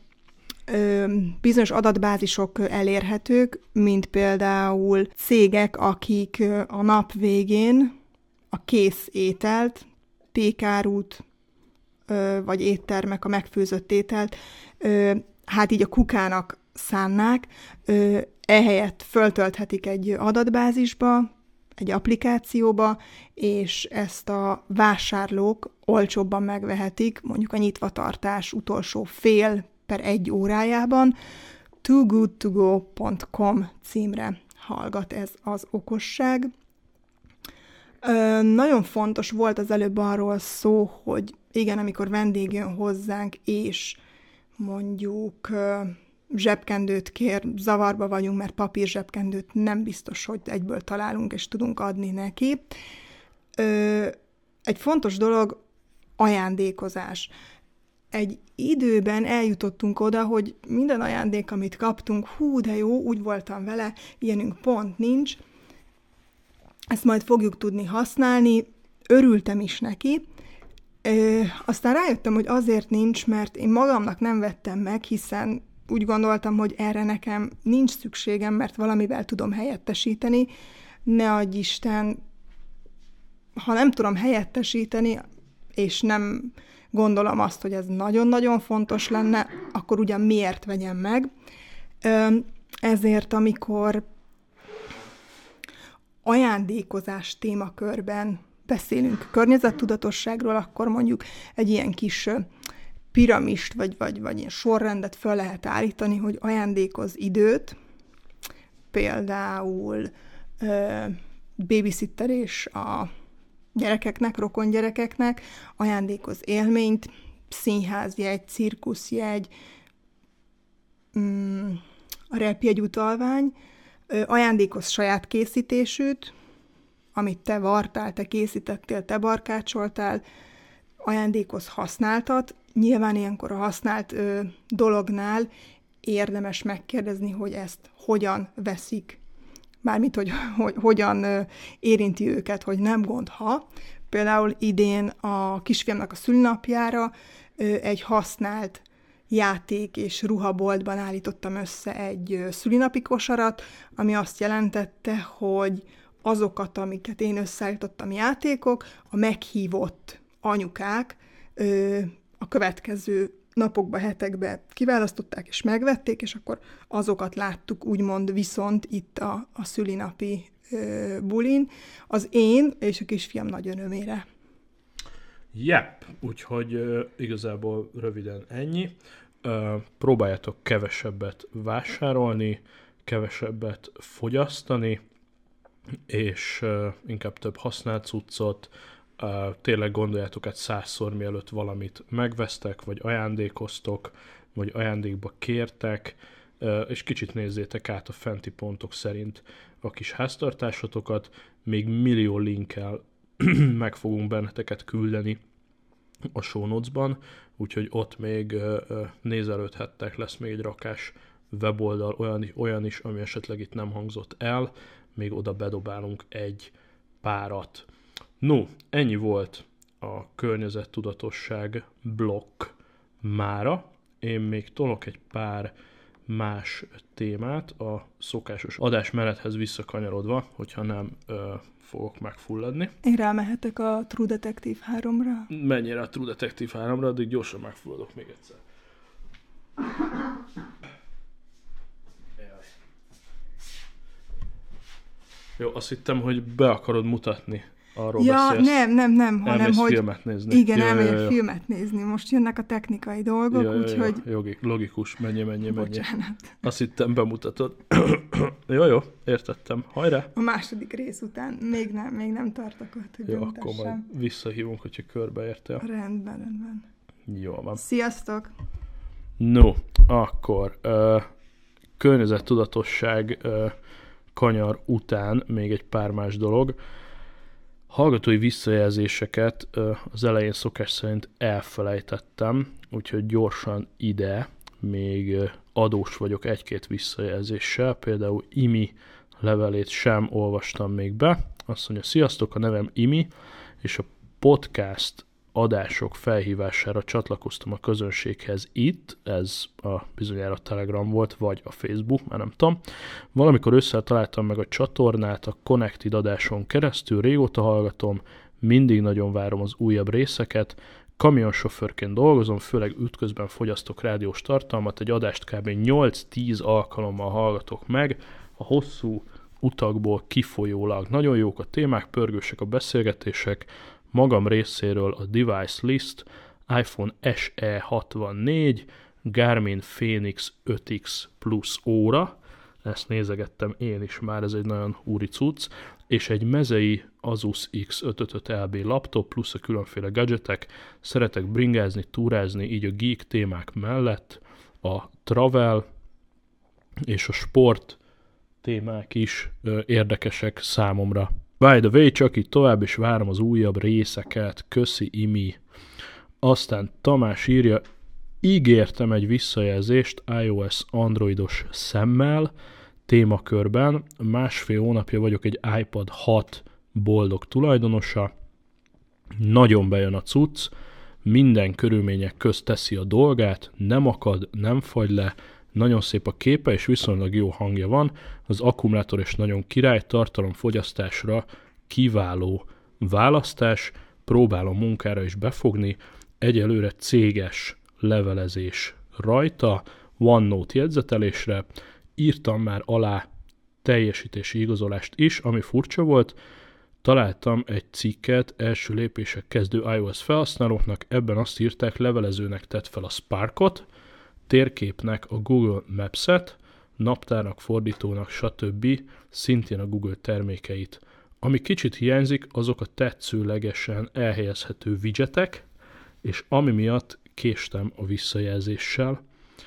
ö, bizonyos adatbázisok elérhetők, mint például cégek, akik a nap végén a kész ételt, pékárút, ö, vagy éttermek a megfőzött ételt, ö, hát így a kukának szánnák, ö, ehelyett föltölthetik egy adatbázisba, egy applikációba, és ezt a vásárlók olcsóbban megvehetik, mondjuk a nyitvatartás utolsó fél per egy órájában. too good to go pont com címre hallgat ez az okosság. Ö, nagyon fontos volt az előbb arról szó, hogy igen, amikor vendég jön hozzánk, és mondjuk ö, zsebkendőt kér, zavarba vagyunk, mert papír zsebkendőt nem biztos, hogy egyből találunk és tudunk adni neki. Ö, egy fontos dolog ajándékozás. Egy időben eljutottunk oda, hogy minden ajándék, amit kaptunk, hú, de jó, úgy voltam vele, ilyenünk pont nincs, ezt majd fogjuk tudni használni, örültem is neki. Ö, aztán rájöttem, hogy azért nincs, mert én magamnak nem vettem meg, hiszen úgy gondoltam, hogy erre nekem nincs szükségem, mert valamivel tudom helyettesíteni. Ne adj Isten, ha nem tudom helyettesíteni, és nem gondolom azt, hogy ez nagyon-nagyon fontos lenne, akkor ugyan miért vegyem meg. Ezért, amikor ajándékozás témakörben beszélünk környezettudatosságról, akkor mondjuk egy ilyen kis piramist, vagy, vagy, vagy ilyen sorrendet föl lehet állítani, hogy ajándékoz időt, például ö, babysitterés a gyerekeknek, rokon gyerekeknek, ajándékoz élményt, színházjegy, cirkuszjegy, mm, a repjegyutalvány, ö, ajándékoz saját készítésűt, amit te vartál, te készítettél, te barkácsoltál, ajándékoz használtat. Nyilván ilyenkor a használt ö, dolognál érdemes megkérdezni, hogy ezt hogyan veszik, mármint, hogy, hogy hogyan ö, érinti őket, hogy nem gond, ha. Például idén a kisfiamnak a szülinapjára ö, egy használt játék és ruhaboltban állítottam össze egy ö, szülinapi kosarat, ami azt jelentette, hogy azokat, amiket én összeállítottam játékok, a meghívott anyukák ö, a következő napokba, hetekbe kiválasztották és megvették, és akkor azokat láttuk úgymond viszont itt a, a szülinapi ö, bulin, az én és a kisfiam nagy örömére. Yep, úgyhogy ö, igazából röviden ennyi. Ö, próbáljátok kevesebbet vásárolni, kevesebbet fogyasztani, és ö, inkább több használt cuccot. Uh, tényleg gondoljátok át százszor, mielőtt valamit megvesztek, vagy ajándékoztok, vagy ajándékba kértek, uh, és kicsit nézzétek át a fenti pontok szerint a kis háztartásotokat. Még millió linkkel meg fogunk benneteket küldeni a show notes-ban, úgyhogy ott még uh, uh, nézelődhettek, lesz még egy rakás weboldal, olyan, olyan is, ami esetleg itt nem hangzott el, még oda bedobálunk egy párat. No, ennyi volt a környezettudatosság blokk mára. Én még tolok egy pár más témát a szokásos adásmenethez visszakanyarodva, hogyha nem ö, fogok megfulladni. Én rámehetek a True Detective háromra? Mennyire a True Detective háromra, addig gyorsan megfulladok még egyszer. Jó, azt hittem, hogy be akarod mutatni arról ja, beszélsz. nem, nem, nem, hanem elmész hogy... filmet nézni. Igen, ja, elmegyek ja, ja. filmet nézni. Most jönnek a technikai dolgok, ja, ja, úgyhogy... Ja, jogi, logikus, mennyi, mennyi, mennyi. Bocsánat. Azt hittem bemutatod. jó, jó, értettem. Hajrá! A második rész után még nem, még nem tartok ott, hogy jó, bemutassam. akkor majd visszahívunk, hogyha körbeértél. Rendben, rendben. Jó van. Sziasztok! No, akkor uh, környezettudatosság uh, kanyar után még egy pár más dolog. Hallgatói visszajelzéseket uh, az elején szokás szerint elfelejtettem, úgyhogy gyorsan ide még uh, adós vagyok egy-két visszajelzéssel. Például Imi levelét sem olvastam még be. Azt mondja, sziasztok, a nevem Imi, és a podcast adások felhívására csatlakoztam a közönséghez itt, ez a bizonyára a Telegram volt, vagy a Facebook, már nem tudom. Valamikor össze találtam meg a csatornát a Connected adáson keresztül, régóta hallgatom, mindig nagyon várom az újabb részeket, kamionsofőrként dolgozom, főleg útközben fogyasztok rádiós tartalmat, egy adást kb. nyolc-tíz alkalommal hallgatok meg, a hosszú utakból kifolyólag. Nagyon jók a témák, pörgősek a beszélgetések, magam részéről a Device List, iPhone es e hatvannégy, Garmin Fenix öt X Plus óra, ezt nézegettem én is már, ez egy nagyon úri cucc, és egy mezei Asus X ötszázötvenöt el bé laptop, plusz a különféle gadgetek, szeretek bringázni, túrázni, így a geek témák mellett a travel és a sport témák is ö, érdekesek számomra. By the way, csak így tovább, és várom az újabb részeket. Köszi, Imi. Aztán Tamás írja, ígértem egy visszajelzést iOS androidos szemmel témakörben. Másfél hónapja vagyok egy iPad hat boldog tulajdonosa. Nagyon bejön a cucc, minden körülmények közt teszi a dolgát, nem akad, nem fagy le, nagyon szép a képe, és viszonylag jó hangja van, az akkumulátor is nagyon király, tartalomfogyasztásra kiváló választás, próbálom munkára is befogni, egyelőre céges levelezés rajta, OneNote jegyzetelésre, írtam már alá teljesítési igazolást is, ami furcsa volt, találtam egy cikket első lépések kezdő iOS felhasználóknak, ebben azt írták, levelezőnek tett fel a Sparkot, térképnek a Google Maps-et, naptárnak, fordítónak, stb. Szintén a Google termékeit. Ami kicsit hiányzik, azok a tetszőlegesen elhelyezhető widgetek, és ami miatt késtem a visszajelzéssel.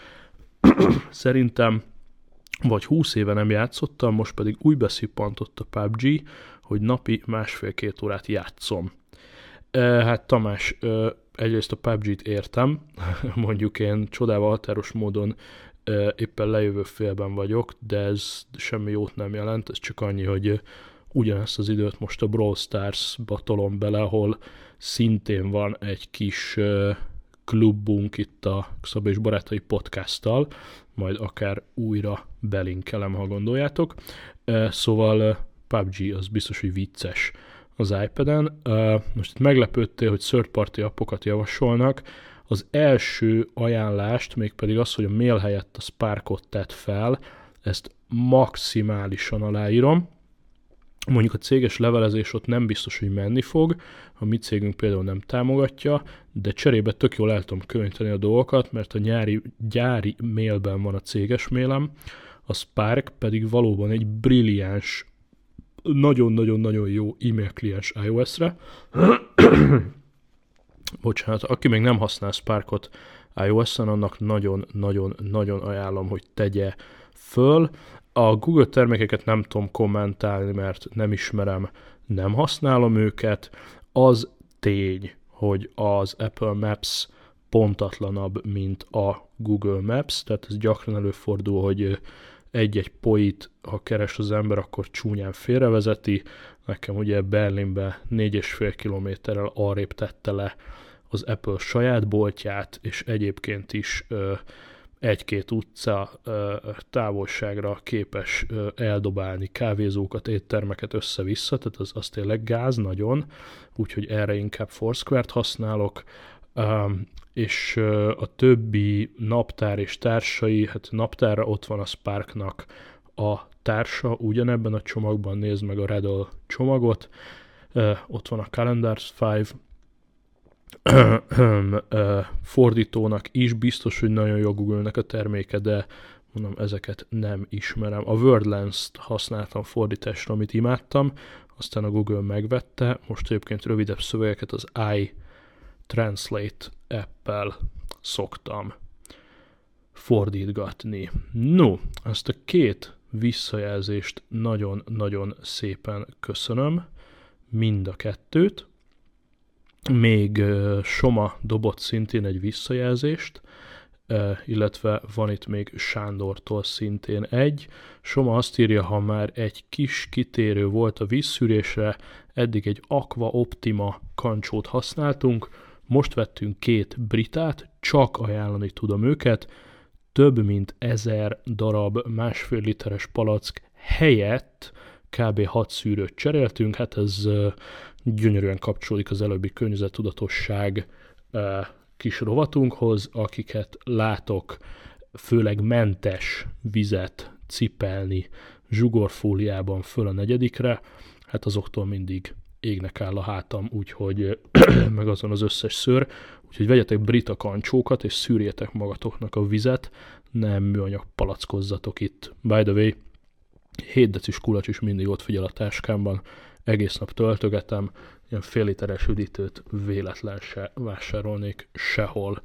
Szerintem vagy húsz éve nem játszottam, most pedig úgy beszippantott a pé u bé gé, hogy napi másfél-két órát játszom. E, hát Tamás, e, egyrészt a pé u bé gét értem, mondjuk én csodával határos módon e, éppen lejövő félben vagyok, de ez semmi jót nem jelent, ez csak annyi, hogy ugyanezt az időt most a Brawl Stars-ba tolom bele, ahol szintén van egy kis e, klubunk itt a Szabó és Barátai podcasttal, majd akár újra belinkelem, ha gondoljátok. E, szóval pé u bé gé az biztos, hogy vicces az iPad-en. Uh, most itt meglepődtél, hogy third-party appokat javasolnak. Az első ajánlást, mégpedig az, hogy a mail helyett a Sparkot tett fel, ezt maximálisan aláírom. Mondjuk a céges levelezés ott nem biztos, hogy menni fog, a mi cégünk például nem támogatja, de cserébe tök jól el tudom könnyíteni a dolgokat, mert a nyári, gyári mailben van a céges mailem, a Spark pedig valóban egy brilliáns, nagyon-nagyon-nagyon jó e-mail kliens iOS-re. Bocsánat, aki még nem használ Sparkot iOS-en, annak nagyon-nagyon-nagyon ajánlom, hogy tegye föl. A Google termékeket nem tudom kommentálni, mert nem ismerem, nem használom őket. Az tény, hogy az Apple Maps pontatlanabb, mint a Google Maps, tehát ez gyakran előfordul, hogy egy-egy point, ha keres az ember, akkor csúnyán félrevezeti. Nekem ugye Berlinbe négy és fél kilométerrel arrébb tette le az Apple saját boltját, és egyébként is ö, egy-két utca ö, távolságra képes ö, eldobálni kávézókat, éttermeket össze-vissza, tehát az, az tényleg gáz nagyon, úgyhogy erre inkább Foursquare-t használok. Um, és uh, a többi naptár és társai, hát naptárra ott van a Sparknak a társa, ugyanebben a csomagban, nézd meg a Redl csomagot, ott van a Calendars öt, fordítónak is biztos, hogy nagyon jó Google-nek a terméke, de mondom, ezeket nem ismerem. A WordLens-t használtam fordításra, amit imádtam, aztán a Google megvette, most egyébként rövidebb szövegeket az iTranslate app-el szoktam fordítgatni. No, ezt a két visszajelzést nagyon-nagyon szépen köszönöm, mind a kettőt. Még uh, Soma dobott szintén egy visszajelzést, uh, illetve van itt még Sándortól szintén egy. Soma azt írja, ha már egy kis kitérő volt a vízszűrésre, eddig egy Aqua Optima kancsót használtunk, most vettünk két britát, csak ajánlani tudom őket, több mint ezer darab másfél literes palack helyett kb. hat szűrőt cseréltünk, hát ez uh, gyönyörűen kapcsolódik az előbbi környezettudatosság uh, kis rovatunkhoz, akiket látok főleg mentes vizet cipelni zsugorfóliában föl a negyedikre, hát azoktól mindig égnek áll a hátam, úgyhogy meg azon az összes szőr, úgyhogy vegyetek brita kancsókat, és szűrjetek magatoknak a vizet, nem műanyag palackozzatok itt. By the way, hét decis kulacs is mindig ott figyel a táskámban, egész nap töltögetem, ilyen fél literes üdítőt véletlen se vásárolnék sehol.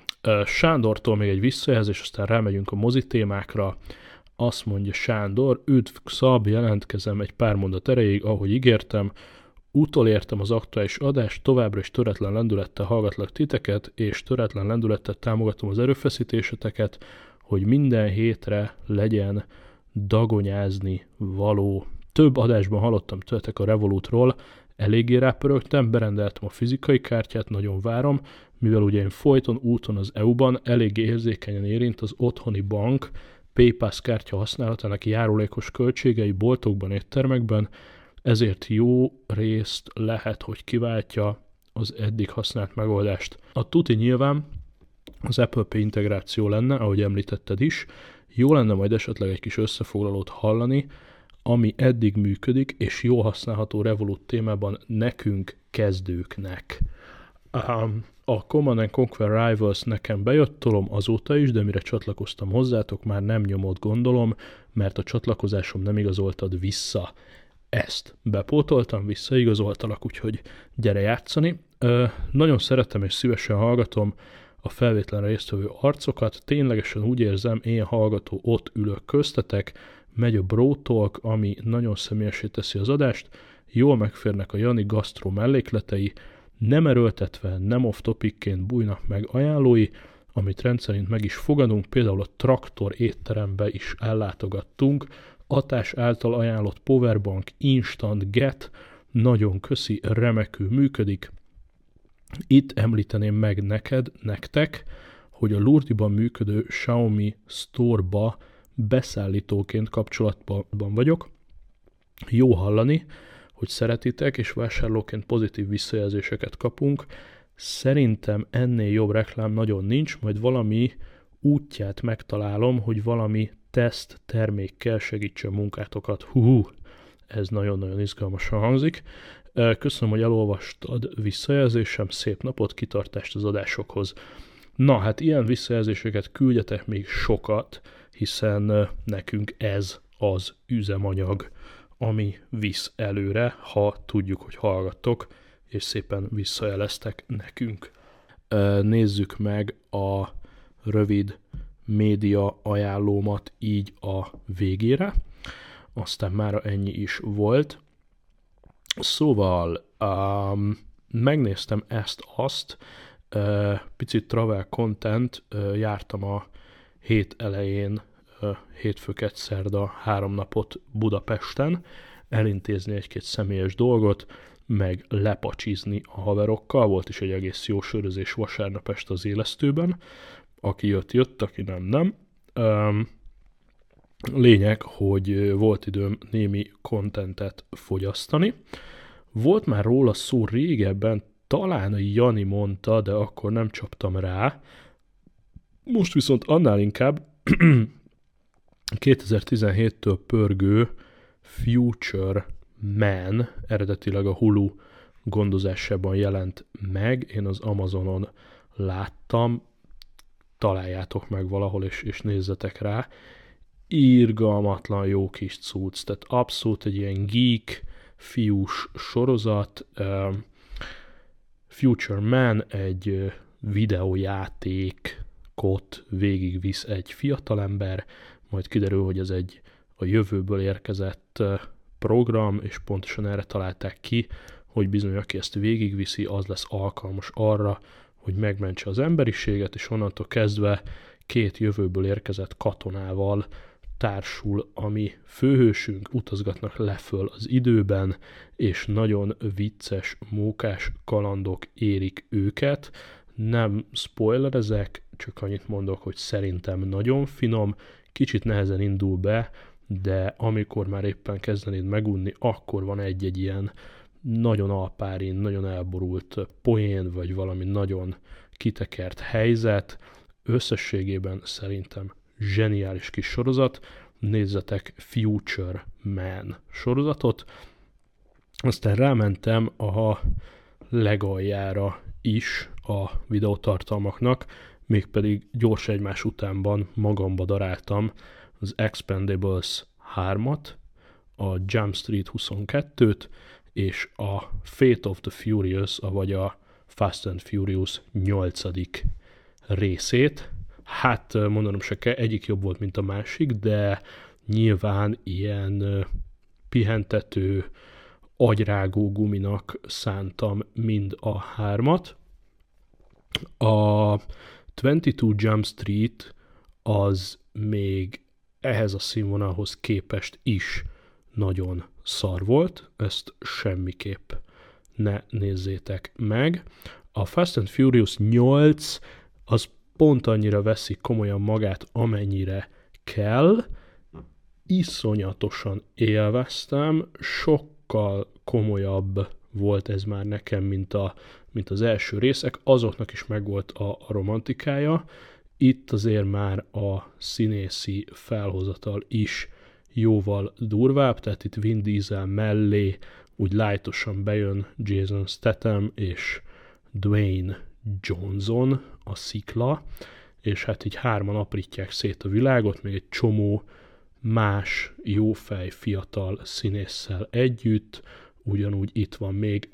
Sándortól még egy visszajelzés, aztán rámegyünk a mozi témákra. Azt mondja Sándor, üdv Szab, jelentkezem egy pár mondat erejéig, ahogy ígértem, utolértem az aktuális adást, továbbra is töretlen lendülettel hallgatlak titeket, és töretlen lendülettel támogatom az erőfeszítéseteket, hogy minden hétre legyen dagonyázni való. Több adásban hallottam tőletek a Revolutról, eléggé rápörögtem, berendeltem a fizikai kártyát, nagyon várom, mivel ugye én folyton úton az é u-ban eléggé érzékenyen érint az otthoni bank PayPass kártya használatának járulékos költségei boltokban, éttermekben, ezért jó részt lehet, hogy kiváltja az eddig használt megoldást. A tuti nyilván az Apple Pay integráció lenne, ahogy említetted is, jó lenne majd esetleg egy kis összefoglalót hallani, ami eddig működik, és jól használható Revolut témában nekünk, kezdőknek. A Command and Conquer Rivals nekem bejött tolom azóta is, de mire csatlakoztam hozzátok, már nem nyomott gondolom, mert a csatlakozásom nem igazoltad vissza. Ezt bepótoltam, visszaigazoltalak, úgyhogy gyere játszani. Ö, nagyon szeretem és szívesen hallgatom a felvétlenre résztvevő arcokat, ténylegesen úgy érzem, én hallgató ott ülök köztetek, megy a bro talk, ami nagyon személyesé teszi az adást, jól megférnek a Jani gasztró mellékletei, nem erőltetve, nem off-topicként bújnak meg ajánlói, amit rendszerint meg is fogadunk, például a Traktor étterembe is ellátogattunk, Atás által ajánlott Powerbank Instant Get, nagyon köszi, remekül működik. Itt említeném meg neked, nektek, hogy a Lurdiban működő Xiaomi Store-ba beszállítóként kapcsolatban vagyok. Jó hallani, hogy szeretitek, és vásárlóként pozitív visszajelzéseket kapunk. Szerintem ennél jobb reklám nagyon nincs, majd valami útját megtalálom, hogy valami teszt termékkel segítse a munkátokat. Hú, ez nagyon-nagyon izgalmasan hangzik. Köszönöm, hogy elolvastad visszajelzésem, szép napot, kitartást az adásokhoz. Na, hát ilyen visszajelzéseket küldjetek még sokat, hiszen nekünk ez az üzemanyag, ami visz előre, ha tudjuk, hogy hallgattok, és szépen visszajeleztek nekünk. Nézzük meg a rövid média ajánlómat így a végére, aztán mára ennyi is volt. Szóval um, megnéztem ezt-azt, uh, picit travel content, uh, jártam a hét elején, uh, hétfőket, szerda, három napot Budapesten, elintézni egy-két személyes dolgot, meg lepacsizni a haverokkal, volt is egy egész jó sörözés vasárnap este az Élesztőben, aki jött, jött, aki nem, nem. Um, lényeg, hogy volt időm némi kontentet fogyasztani. Volt már róla szó régebben, talán a Jani mondta, de akkor nem csaptam rá. Most viszont annál inkább kétezer-tizenhéttől pörgő Future Man eredetileg a Hulu gondozásában jelent meg, én az Amazonon láttam, találjátok meg valahol, és, és nézzetek rá. Irgalmatlan jó kis cucc, tehát abszolút egy ilyen geek, fiús sorozat. Uh, Future Man egy uh, videójátékot végigvisz egy fiatalember, majd kiderül, hogy ez egy a jövőből érkezett uh, program, és pontosan erre találták ki, hogy bizony, aki ezt végigviszi, az lesz alkalmas arra, hogy megmentse az emberiséget, és onnantól kezdve két jövőből érkezett katonával társul, ami főhősünk, utazgatnak leföl az időben, és nagyon vicces, mókás kalandok érik őket. Nem spoilerezek, csak annyit mondok, hogy szerintem nagyon finom, kicsit nehezen indul be, de amikor már éppen kezdenéd megunni, akkor van egy-egy ilyen nagyon alpárin, nagyon elborult poén, vagy valami nagyon kitekert helyzet. Összességében szerintem zseniális kis sorozat. Nézzetek Future Man sorozatot. Aztán rámentem a legaljára is a videótartalmaknak, mégpedig gyors egymás utánban magamba daráltam az Expendables hármat, a Jump Street huszonkettőt, és a Fate of the Furious, vagy a Fast and Furious nyolcadik részét. Hát mondanom se kell, egyik jobb volt, mint a másik, de nyilván ilyen pihentető, agyrágó guminak szántam mind a hármat. A huszonkettő Jump Street az még ehhez a színvonalhoz képest is nagyon szar volt, ezt semmiképp ne nézzétek meg. A Fast and Furious nyolc az pont annyira veszi komolyan magát, amennyire kell. Iszonyatosan élveztem, sokkal komolyabb volt ez már nekem, mint, a, mint az első részek, azoknak is megvolt a, a romantikája. Itt azért már a színészi felhozatal is jóval durvább, tehát itt Vin Diesel mellé úgy lightosan bejön Jason Statham és Dwayne Johnson, a szikla, és hát így hárman aprítják szét a világot, még egy csomó más jófej fiatal színésszel együtt, ugyanúgy itt van még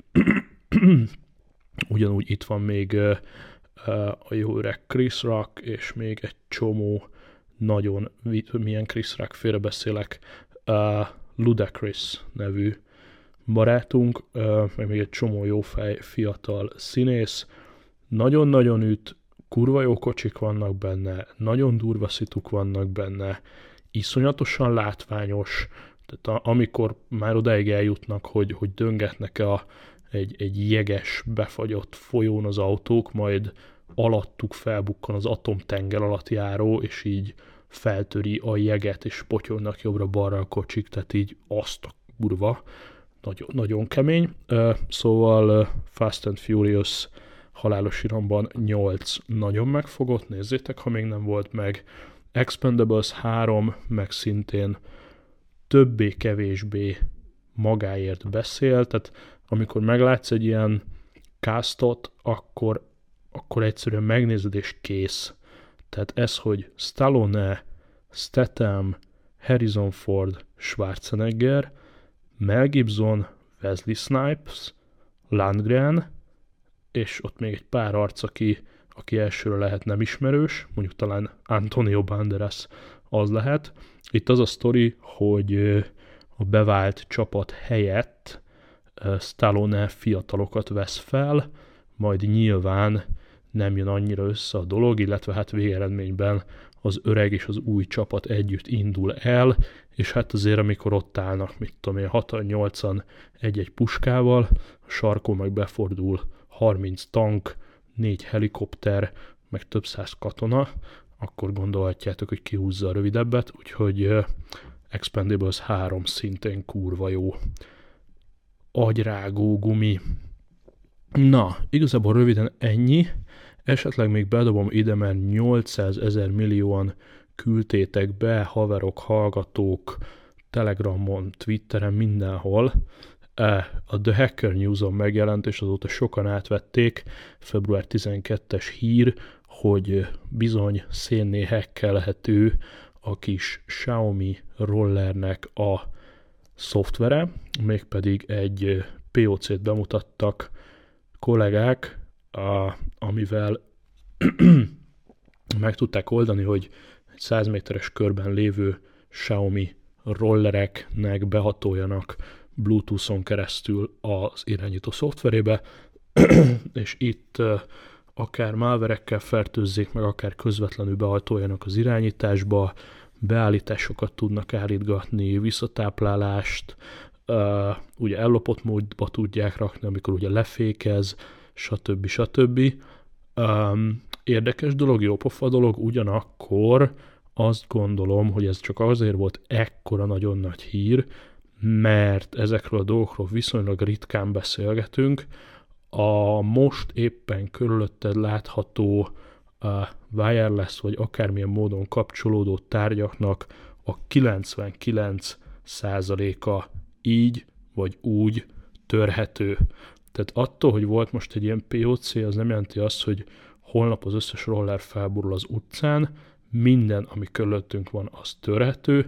ugyanúgy itt van még uh, uh, a jó öreg Chris Rock, és még egy csomó nagyon, milyen Chris Rock, félrebeszélek, uh, Ludacris nevű barátunk, uh, meg még egy csomó jófej fiatal színész. Nagyon-nagyon üt, kurva jó kocsik vannak benne, nagyon durva szituk vannak benne, iszonyatosan látványos, tehát a, amikor már odáig eljutnak, hogy, hogy döngetnek a, egy, egy jeges, befagyott folyón az autók, majd alattuk felbukkan az atomtenger alatt járó, és így feltöri a jeget, és potyognak jobbra-balra a kocsik, tehát így azt a kurva, nagyon, nagyon kemény. Uh, szóval uh, Fast and Furious halálos iramban nyolc nagyon megfogott, nézzétek, ha még nem volt meg. Expendables három meg szintén többé-kevésbé magáért beszél, tehát amikor meglátsz egy ilyen castot, akkor, akkor egyszerűen megnézed és kész. Tehát ez, hogy Stallone, Statham, Harrison Ford, Schwarzenegger, Mel Gibson, Wesley Snipes, Landgren, és ott még egy pár arc, aki, aki elsőre lehet nem ismerős, mondjuk talán Antonio Banderas az lehet. Itt az a sztori, hogy a bevált csapat helyett Stallone fiatalokat vesz fel, majd nyilván nem jön annyira össze a dolog, illetve hát végeredményben az öreg és az új csapat együtt indul el, és hát azért amikor ott állnak, mit tudom én, hatan-nyolcan egy-egy puskával, a sarkon meg befordul harminc tank, négy helikopter, meg több száz katona, akkor gondolhatjátok, hogy kihúzza a rövidebbet, úgyhogy uh, Expendables három szintén kurva jó. Agyrágó gumi. Na, igazából röviden ennyi. Esetleg még bedobom ide, mert nyolcszázezer millióan küldtétek be, haverok, hallgatók, Telegramon, Twitteren, mindenhol. A The Hacker News-on megjelent, és azóta sokan átvették, február tizenkettes hír, hogy bizony szénné hackelhető a kis Xiaomi rollernek a szoftvere, mégpedig egy pé o cét bemutattak kollégák, a, amivel meg tudták oldani, hogy egy száz méteres körben lévő Xiaomi rollereknek behatoljanak Bluetooth-on keresztül az irányító szoftverébe, és itt uh, akár malverekkel fertőzzék meg, akár közvetlenül behatoljanak az irányításba, beállításokat tudnak állítgatni, visszatáplálást, uh, ugye ellopott módba tudják rakni, amikor ugye lefékez, stb. stb. Um, érdekes dolog, jópofa dolog, ugyanakkor azt gondolom, hogy ez csak azért volt ekkora nagyon nagy hír, mert ezekről a dolgokról viszonylag ritkán beszélgetünk. A most éppen körülötted látható a wireless vagy akármilyen módon kapcsolódó tárgyaknak a kilencvenkilenc százaléka így vagy úgy törhető. Tehát attól, hogy volt most egy ilyen pé o cé, az nem jelenti azt, hogy holnap az összes roller felborul az utcán, minden, ami körülöttünk van, az törhető,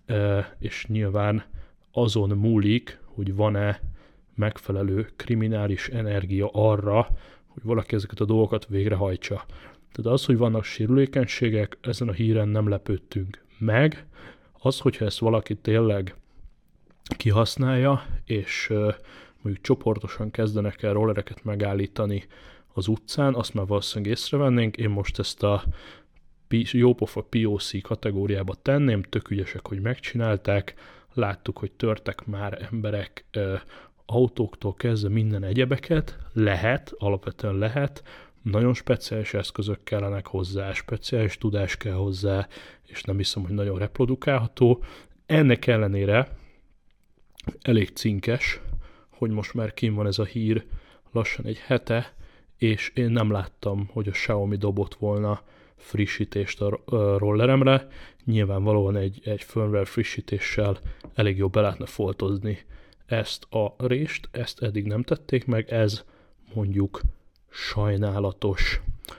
és nyilván azon múlik, hogy van-e megfelelő kriminális energia arra, hogy valaki ezeket a dolgokat végrehajtsa. Tehát az, hogy vannak sérülékenységek, ezen a híren nem lepődtünk meg. Az, hogyha ezt valaki tényleg kihasználja, és mondjuk csoportosan kezdenek el rollereket megállítani az utcán, azt már valószínűleg észrevennénk. Én most ezt a jópofa pé o cé kategóriába tenném, tök ügyesek, hogy megcsinálták, láttuk, hogy törtek már emberek ö, autóktól kezdve minden egyebeket, lehet, alapvetően lehet, nagyon speciális eszközök kellenek hozzá, speciális tudás kell hozzá, és nem hiszem, hogy nagyon reprodukálható. Ennek ellenére elég cinkes, hogy most már kín van ez a hír lassan egy hete, és én nem láttam, hogy a Xiaomi dobott volna frissítést a rolleremre. Nyilvánvalóan egy, egy firmware frissítéssel elég jól be lehetne foltozni ezt a rést, ezt eddig nem tették meg, ez mondjuk sajnálatos.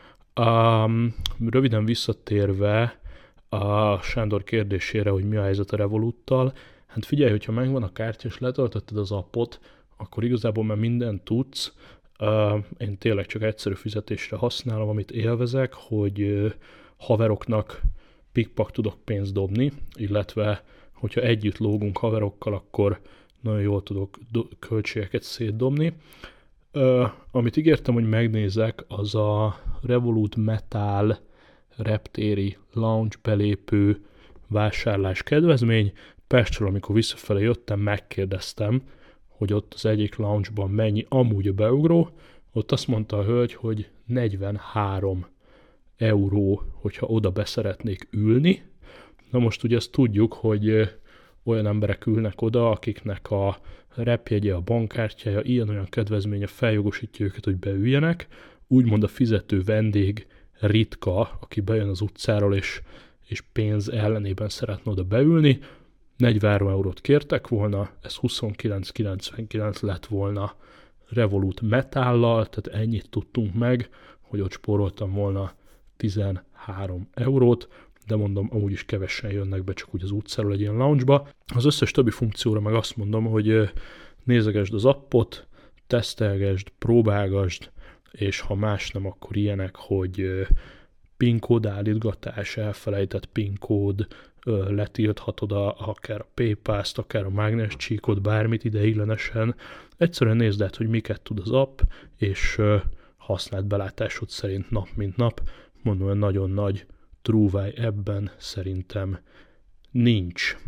Um, röviden visszatérve a Sándor kérdésére, hogy mi a helyzet a Revoluttal, hát figyelj, hogyha megvan a kártya és letöltötted az appot, akkor igazából már mindent tudsz. Uh, én tényleg csak egyszerű fizetésre használom, amit élvezek, hogy uh, haveroknak pikpak tudok pénzt dobni, illetve hogyha együtt lógunk haverokkal, akkor nagyon jól tudok do- költségeket szétdobni. Uh, amit ígértem, hogy megnézek, az a Revolut Metal reptéri lounge belépő vásárlás kedvezmény. Pestről, amikor visszafele jöttem, megkérdeztem, hogy ott az egyik lounge-ban mennyi amúgy a beugró, ott azt mondta a hölgy, hogy negyvenhárom euró, hogyha oda beszeretnék ülni. Na most ugye azt tudjuk, hogy olyan emberek ülnek oda, akiknek a repjegye, a bankkártyája, ilyen-olyan kedvezménye feljogosítja őket, hogy beüljenek. Úgymond a fizető vendég ritka, aki bejön az utcáról, és, és pénz ellenében szeretne oda beülni. negyvenhárom eurót kértek volna, ez huszonkilenc kilencvenkilenc lett volna Revolut Metállal, tehát ennyit tudtunk meg, hogy ott spóroltam volna tizenhárom eurót, de mondom, amúgy is kevesen jönnek be csak úgy az utcáról egy ilyen lounge-ba. Az összes többi funkcióra meg azt mondom, hogy nézegesd az appot, tesztelgesd, próbálgasd, és ha más nem, akkor ilyenek, hogy PIN kód állítgatás, elfelejtett PIN kód, letilthatod a, akár a PayPal-t, akár a mágnescsíkot, bármit ideiglenesen. Egyszerűen nézd át, hogy miket tud az app, és használd belátásod szerint nap mint nap. Mondom, hogy nagyon nagy trúváj ebben szerintem nincs.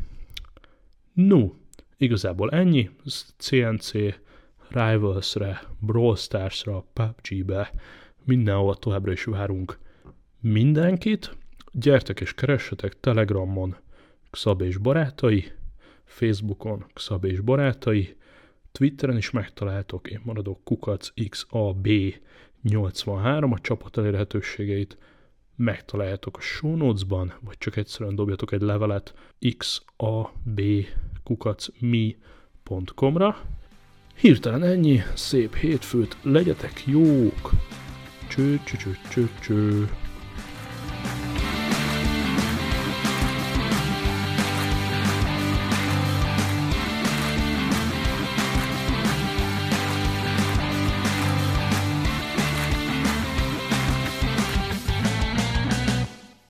No, igazából ennyi. cé en cé, Rivals-re, Brawl Stars-ra, pé u bé gé-be, mindenhova továbbra is várunk mindenkit. Gyertek és keressetek Telegramon Xab és barátai, Facebookon Xab és barátai, Twitteren is megtaláltok, én maradok kukac iksz á bé nyolcvanhárom, a csapat elérhetőségeit megtaláljátok a show notes-ban, vagy csak egyszerűen dobjatok egy levelet iksz á bé kukac mi pont com-ra. Hirtelen ennyi, szép hétfőt, legyetek jók! Cső, cső, cső, cső, cső.